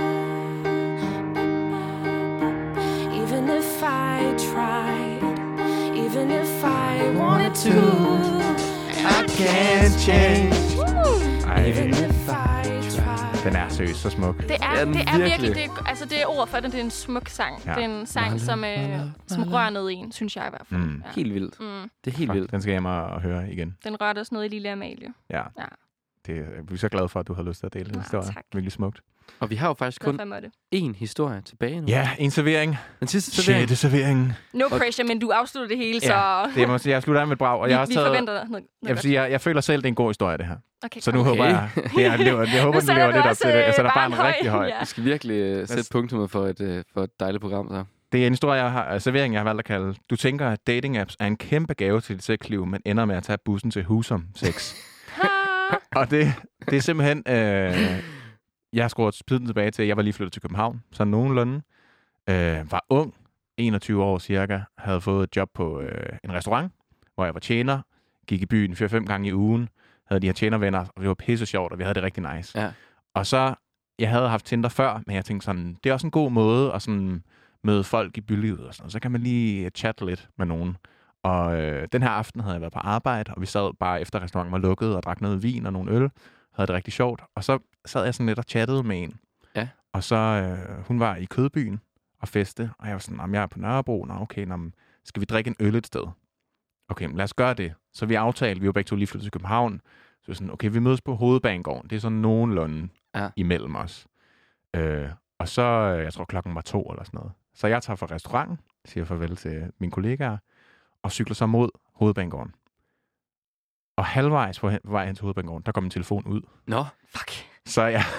Even if I tried, even if I wanted to, I can't change. Even if I tried. Den er seriøst så smuk. Det er, det er virkelig, det er, altså det er ord for det, det er en smuk sang. Ja. Det er en sang, som, øh, som rører ned i en, synes jeg i hvert fald. Mm. Ja. Helt vildt. Mm. Det er helt Fuck, vildt. Den skal jeg hjem og høre igen. Den rørte også noget i Lille Amalie. Ja. ja. Det er, jeg er så glad for, at du har lyst til at dele den ja, historie. Tak. Virkelig smukt. Og vi har jo faktisk kun én historie tilbage nu. Ja, en servering. Den sidste servering. Sjette servering. No pressure, men du afslutter det hele, så... Ja, det må sige, jeg slutter af med et brag. Og vi, jeg, har vi taget, forventer noget, noget jeg, vil sige, jeg, jeg føler selv, det er en god historie, det her. Okay, så nu okay. håber jeg, det er, jeg, jeg, jeg håber, den lever lidt op til det. Jeg sætter bare en rigtig høj. Vi skal virkelig uh, sætte punktummet for et, uh, for et dejligt program. Så. Det er en historie, jeg har, servering, jeg har valgt at kalde. Du tænker, at dating-apps er en kæmpe gave til dit sexliv, men ender med at tage bussen til Husum sex. Og det, det er simpelthen... Øh, jeg har skruet tiden tilbage til, at jeg var lige flyttet til København, så nogenlunde. Øh, var ung, enogtyve år cirka, havde fået et job på øh, en restaurant, hvor jeg var tjener, gik i byen fire fem gange i ugen, havde de her tjenervenner, og det var pisse sjovt, og vi havde det rigtig nice. Ja. Og så, jeg havde haft Tinder før, men jeg tænkte sådan, det er også en god måde at sådan møde folk i bylivet og sådan noget. Så kan man lige chatte lidt med nogen. Og øh, den her aften havde jeg været på arbejde, og vi sad bare efter restauranten var lukket og drak noget vin og nogle øl. Havde det rigtig sjovt. Og så sad jeg sådan lidt og chattede med en. Ja. Og så, øh, hun var i Kødbyen og feste, og jeg var sådan, jeg er på Nørrebro. Nå, okay, nå, skal vi drikke en øl et sted? Okay, men lad os gøre det. Så vi aftalte, vi var begge to lige flyttet til København. Så vi sådan, okay, vi mødes på Hovedbanegården. Det er sådan nogenlunde ja. imellem os. Øh, og så, jeg tror klokken var to eller sådan noget. Så jeg tager fra restauranten, siger farvel til mine kollegaer, og cykler så mod Hovedbanegården. Og halvvejs på vej hen til Hovedbanegården, der kom min telefon ud. Nå, fuck. Så jeg,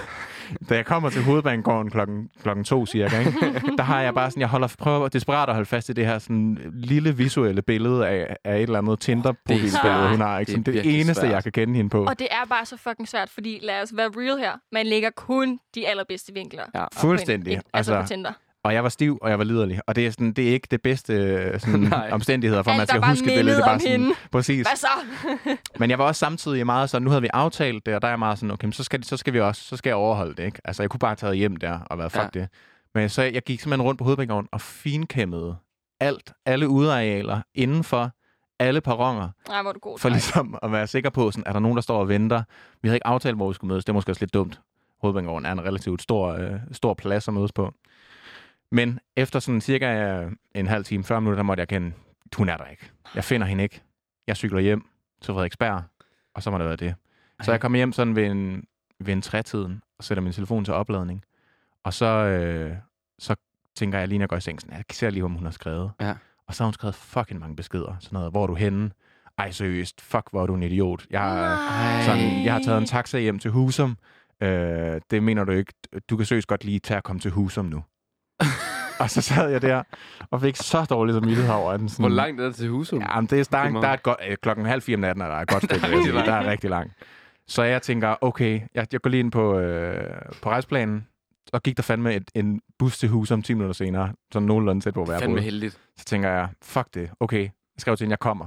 da jeg kommer til Hovedbanegården klokken, klokken to cirka, ikke? Der har jeg bare sådan, jeg holder, prøver desperat at holde fast i det her sådan lille visuelle billede af, af et eller andet Tinder-profilbillede, hun har. Ikke? Det er det eneste, svært. Jeg kan kende hende på. Og det er bare så fucking svært, fordi lad os være real her. Man lægger kun de allerbedste vinkler. Ja, fuldstændig. En, et, altså, altså på Tinder. Og jeg var stiv, og jeg var liderlig. Og det er, sådan, det er ikke det bedste sådan, omstændigheder, for alt man skal huske billedet. Det bare sådan, præcis. Hvad så? Men jeg var også samtidig meget sådan, nu havde vi aftalt det, og der er jeg meget sådan, okay, så skal, så skal vi også, så skal jeg overholde det, ikke? Altså, jeg kunne bare have taget hjem der og været, fuck ja. det. Men så jeg gik simpelthen rundt på Hovedbanegården og finkæmmede alt, alle udearealer indenfor alle perroner. Nej, hvor du god. For ligesom at være sikker på, sådan, er der nogen, der står og venter. Vi havde ikke aftalt, hvor vi skulle mødes. Det er måske også lidt dumt. Hovedbanegården er en relativt stor, øh, stor plads at mødes på. Men efter sådan cirka en halv time, fyrre minutter, der måtte jeg kende, hun er der ikke. Jeg finder hende ikke. Jeg cykler hjem til Frederiksberg, og så må det være det. Så jeg kommer hjem sådan ved en, ved en trætiden, og sætter min telefon til opladning. Og så, øh, så tænker jeg lige, når jeg går i seng, sådan, jeg ser lige, om hun har skrevet. Ja. Og så har hun skrevet fucking mange beskeder. Sådan noget, hvor er du henne? Ej, seriøst, fuck, hvor er du en idiot. Jeg, sådan, jeg har taget en taxa hjem til Husum. Øh, det mener du ikke. Du kan seriøst godt lige tage at komme til Husum nu. Og så sad jeg der og fik så dårligt samvittighed over den. Sådan, hvor langt er det til Husum? Ja, men det er stark, der er et godt, øh, klokken halv fire om natten, er der et godt stykke. Der, der er rigtig langt. Så jeg tænker, okay, jeg, jeg går lige ind på, øh, på rejseplanen, og gik der fandme et, en bus til Husum ti minutter senere, sådan nogenlunde tæt på, hvor jeg boede. Fandme heldigt. Så tænker jeg, fuck det, okay, jeg skrev til hende, jeg kommer.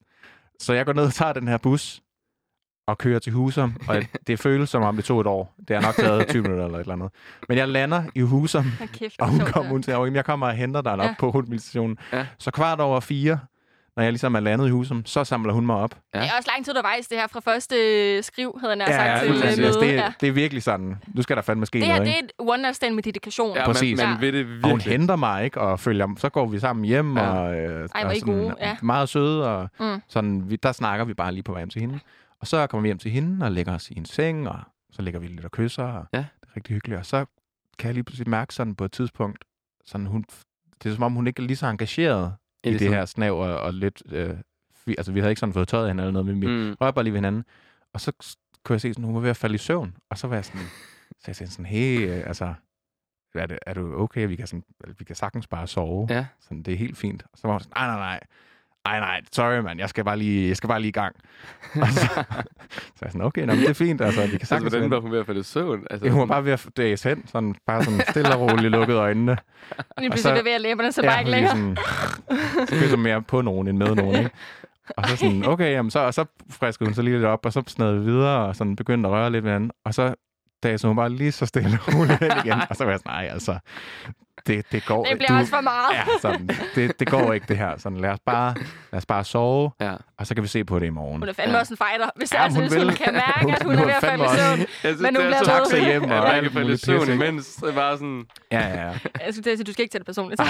Så jeg går ned og tager den her bus, og kører til Husum, og det føles som om det tog et år. Det har nok taget tyve minutter eller et eller andet. Men jeg lander i Husum, og hun kommer ud til, og jeg kommer og henter dig ja. op på hovedstationen. Ja. Så kvart over fire, når jeg ligesom er landet i Husum, så samler hun mig op. Ja. Det er også lang tid, der vejs det her fra første skriv, havde jeg nær sagt ja, til ja, møde. Det, ja. det er virkelig sådan. Nu skal der fandme ske det her, noget. Det er et one-night-stand med dedikation. Ja, præcis. Men, men ved det virkelig. Og hun henter mig, ikke? Og følger, så går vi sammen hjem, ja. og, øh, Ej, og sådan, gode. Ja. meget søde, og mm. sådan, vi, der snakker vi bare lige på vej hjem til hende. Og så kommer vi hjem til hende og lægger os i en seng, og så ligger vi lidt og kysser, og ja. Det er rigtig hyggeligt. Og så kan jeg lige pludselig mærke sådan på et tidspunkt, sådan hun, det er som om hun ikke er lige så engageret i det, det her snav og, og lidt... Øh, vi, altså, vi havde ikke sådan fået tøjet hende eller noget, men vi mm. rørte bare lige ved hinanden. Og så kunne jeg se, sådan, hun var ved at falde i søvn. Og så var jeg sådan, så jeg sagde sådan, hey, øh, altså, er, det, er du okay? Vi kan, sådan, vi kan sagtens bare sove. Ja. Sådan, det er helt fint. Og så var hun sådan, nej, nej, nej. Ej, nej, sorry, mand. Jeg skal bare lige, jeg skal bare lige i gang. Og så, så jeg sådan, okay, nå, men det er fint. Altså, vi kan sagtens... Altså, hvordan var hun ved at falde i søvn? Altså, ja, hun var bare ved at dæse hen. Sådan, bare sådan stille og roligt lukkede øjnene. Lige pludselig bevæger læberne så bare ja, ikke længere. Sådan, så kysser mere på nogen end med nogen, ikke? Og så sådan, okay, jamen, så, og så friskede hun så lige lidt op, og så sned videre, og sådan begyndte at røre lidt ved hende. Og så dagede hun bare lige så stille og roligt igen. Og så var jeg sådan, nej, altså... Det, det går det bliver du, også for meget. Ja, sådan, det, det går ikke, det her. Sådan, lad, os bare, lad os bare sove, ja. Og så kan vi se på det i morgen. Hun er fandme ja. også en fighter, hvis, ja, altså, hun, hvis hun kan mærke, hun, at hun, hun er ved at falde i søvn. Men hun bliver taxa hjem og ja, kan falde i søvn imens. Det var sådan... Ja, ja, ja. Jeg skulle til at sige, du skal ikke tage det personligt.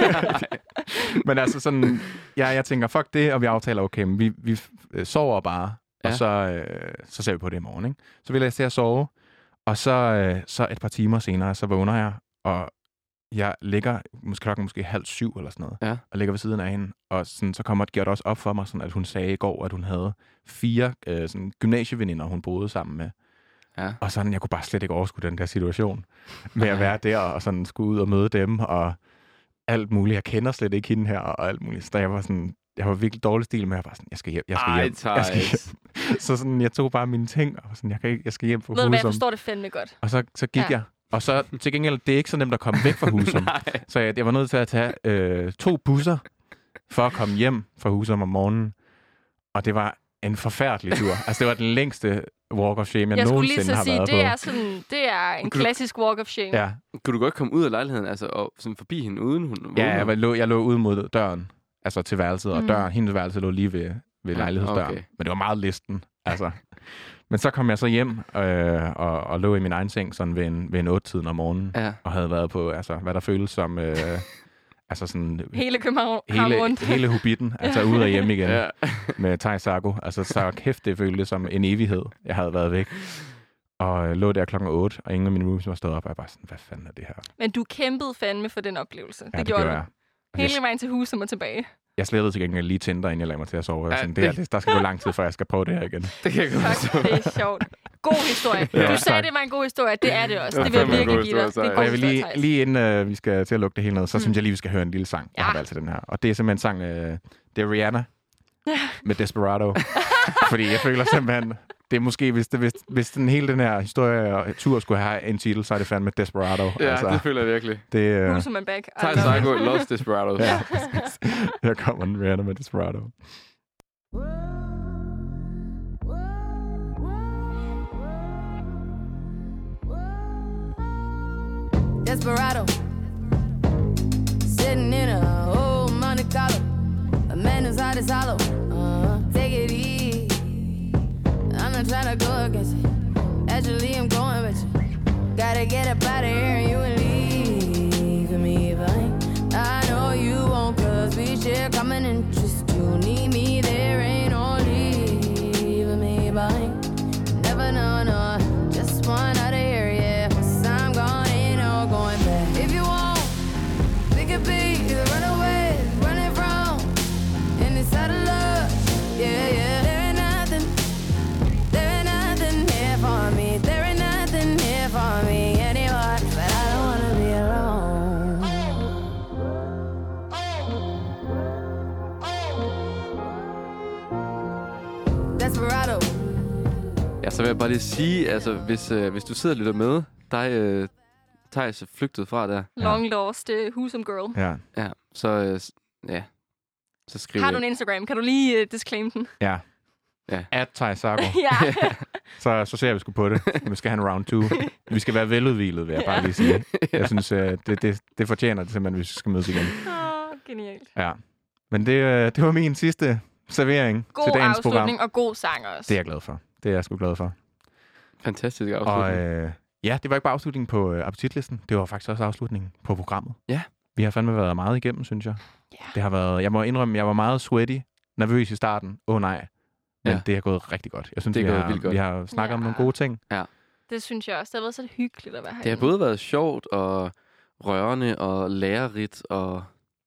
Men altså sådan... Ja, jeg tænker, fuck det, og vi aftaler, okay, men vi, vi sover bare, ja. Og så, øh, så ser vi på det i morgen, ikke? Så vil jeg til at sove, og så, øh, så et par timer senere, så vågner jeg, og jeg ligger måske klokken måske halv syv eller sådan noget, ja. Og ligger ved siden af hende, og sådan, så kommer det også op for mig, sådan, at hun sagde i går, at hun havde fire øh, sådan, gymnasieveninder, hun boede sammen med. Ja. Og sådan, jeg kunne bare slet ikke overskue den der situation med at være der, og sådan skulle ud og møde dem, og alt muligt. Jeg kender slet ikke hende her, og alt muligt. Så jeg var sådan, jeg var virkelig dårlig stil med, at jeg var sådan, jeg skal hjem, jeg skal Ej, hjem, jeg skal hjem. Så sådan, jeg tog bare mine ting, og sådan, jeg, kan ikke, jeg skal hjem fra Husum. Ved du, jeg forstår det fandme godt. Og så, så gik ja. jeg. Og så til gengæld, det er ikke så nemt at komme væk fra Husum. Så jeg, jeg var nødt til at tage øh, to busser for at komme hjem fra Husum om morgenen. Og det var en forfærdelig tur. Altså, det var den længste walk of shame, jeg, jeg nogensinde har sige, været det på. Er sådan, det er en klassisk walk of shame. Ja. Kunne du godt komme ud af lejligheden, altså, og sådan forbi hende, uden hun vågner? Ja, jeg lå, jeg lå ude mod døren, altså til værelset, og døren, mm. hendes værelse lå lige ved, ved ja, lejlighedsdøren. Okay. Men det var meget listen, altså. Men så kom jeg så hjem øh, og, og lå i min egen seng sådan ved en, ved en otte-tiden om morgenen, ja. Og havde været på, altså, hvad der føles som... Øh, altså sådan... Hele København hele, rundt. Hele Hobbiten, altså ude og hjem igen ja. Med Thai Sago. Altså så kæft, det føltes som en evighed, jeg havde været væk. Og øh, lå der klokken otte, og ingen af mine rooms var stået op, og jeg bare sådan, hvad fanden er det her? Men du kæmpede fandme for den oplevelse. Ja, det, det gjorde jeg. du. Hele vejen til Husum og tilbage. Jeg slettede til gengæld lige Tinder, inden jeg lagde mig til at sove. Ja, sådan, det... det, det, der skal gå lang tid, før jeg skal prøve det her igen. Det kan jeg godt forstå. Det er sjovt. God historie. Ja, Du sagde, tak. det var en god historie. Det er det også. Det Det vil jeg fandme en virkelig god give dig. historie, Det er en Og god jeg vil historie, lige, Theis. lige inden uh, vi skal til at lukke det hele ned, så Mm. synes jeg lige, vi skal høre en lille sang. Jeg Ja. har valgt til den her. Og det er simpelthen en sang, uh, det er Rihanna Ja. med Desperado. Fordi jeg føler simpelthen, det er måske, hvis, det, hvis, hvis den hele den her historie og tur skulle have en titel, så er det fandme Desperado. Ja, altså, det føler jeg virkelig. det, uh, Who's man back? I Thijs love Sarko, Lost Desperados. ja, her kommer den Rihanna med Desperado. Desperado, sitting in a old Monte Carlo, a man whose heart is hollow. Uh-huh. Take it easy, I'm not trying to go against it. Actually, I'm going with you. Gotta get up out of here and you will leave me behind. I know you won't, cause we share common interest. You need me, there ain't no leaving me behind. Never know, no, just one out of here, yeah. Cause I'm gone, ain't no going back. If you want, we could be the runaways, running from any side of love, yeah, yeah. There ain't nothing, there ain't nothing here for me. There ain't nothing here for me anymore, but I don't wanna be alone. Desperado. Ja, så vil jeg bare lige sige, altså, hvis, øh, hvis du sidder og lytter med, dig, øh, Theis er flygtet fra der. Long lost uh, Who's Girl. Ja, Ja, så, øh, s- ja, så skriv Har du en Instagram? Kan du lige uh, disclaim den? ja. Ja. At Thijs Sarko. Ja. Så, så ser vi sgu på det. Vi skal have en round two. Vi skal være veludvilet, vil jeg bare lige sige. Jeg synes, uh, det, det, det fortjener det simpelthen, hvis vi skal mødes igen. Åh, genialt. Ja. Men det, uh, det var min sidste servering God til dagens afslutning program. og god sang også. Det er jeg glad for. Det er jeg sgu glad for. Fantastisk Og afslutning. øh, ja, det var ikke bare afslutningen på øh, appetitlisten. Det var faktisk også afslutningen på programmet. Ja. Vi har fandme været meget igennem, synes jeg. Ja. Det har været, jeg må indrømme, jeg var meget sweaty, nervøs i starten. Åh oh, nej. Men Ja. det har gået rigtig godt. Jeg synes, Det er vi, gået har, vildt godt. vi har snakket Ja. om nogle gode ting. Det synes jeg også. Det har været så hyggeligt at være her. Det har både været sjovt og rørende og lærerigt og...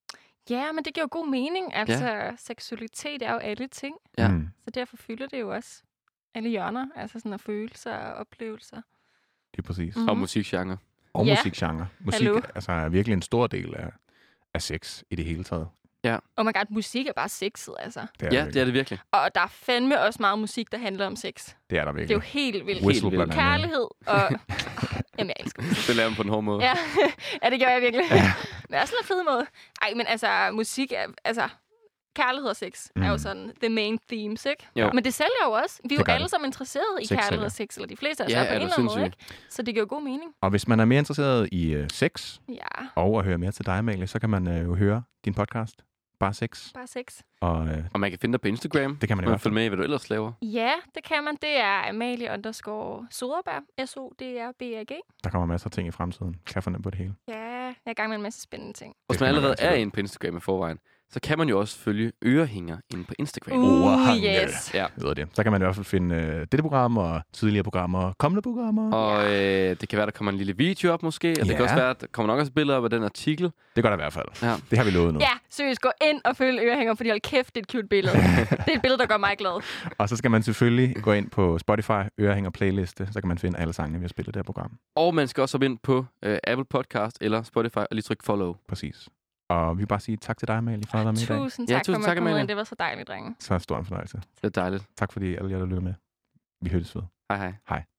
Ja, men det giver jo god mening. Altså, ja. seksualitet er jo alle ting. Ja. Mm, Så derfor fylder det jo også alle hjørner. Altså sådan af følelser og oplevelser. det er præcis. Mhm. og musikgenre. Og Ja. musikgenre. Musik Hallo. altså, er virkelig en stor del af, af sex i det hele taget. Oh my god, musik er bare sexet, altså. Det er Ja, virkelig. det er det virkelig. Og der er fandme også meget musik, der handler om sex. Det er der Det er jo virkelig. helt vildt. Whistle vildt. blandt andet. Kærlighed og... Jamen, jeg elsker musik. Det laver man på en hård måde. Ja. ja, det gør jeg virkelig. Ja. Men også en fed måde. Ej, men altså, musik er... Altså, kærlighed og sex mm. er jo sådan the main themes, ikke? Jo. Men det sælger jo også. Vi er Det jo gør alle det. sammen interesserede i Sex kærlighed sælger. og sex, eller de fleste af os Ja, er på er en du eller anden måde, sindssyg. ikke? Så det giver jo god mening. Og hvis man er mere interesseret i uh, sex, Ja, og at høre mere til dig, Amalie, så kan man uh, jo høre din podcast, Bare Sex. bare sex. Og uh, Og man kan finde dig på Instagram. det kan man i Man hvert kan følge fald. med i, hvad du ellers laver. Ja, det kan man. Det er Amalie underscore Soderberg. S O D R B A G. Der kommer masser af ting i fremtiden. Kan jeg fornemme på det hele. Ja, jeg er i gang med en masse spændende ting. Hvis skal man man allerede altså er gøre. inde på Instagram i forvejen, så kan man jo også følge Ørehænger inde på Instagram. Uh, Overhange. yes. Ja. Hedder det. Så kan man i hvert fald finde uh, dette program og tidligere programmer og kommende programmer. Og øh, det kan være, der kommer en lille video op måske, og det Ja. kan også være, at der kommer nok også billeder op af den artikel. Det gør der i hvert fald. Ja. Det har vi lovet nu. Ja, seriøst, gå ind og følg Ørehænger, fordi hold kæft, det er et cute billede. Det er et billede, der gør mig glad. Og så skal man selvfølgelig gå ind på Spotify, Ørehænger playliste, så kan man finde alle sangene, vi har spillet i det her program. Og man skal også hoppe ind på øh, Apple Podcast eller Spotify og lige trykke follow. Præcis. Og vi vil bare sige tak til dig, Amalie, for at være med i dag. Tusind Ja, tak tusind for, at tak, man kom Amalie. ud. Det var så dejligt, drenge. Så stor en fornøjelse. Det er dejligt. Tak fordi alle jer, der lytter med. Vi høres ved. Hej hej. Hej.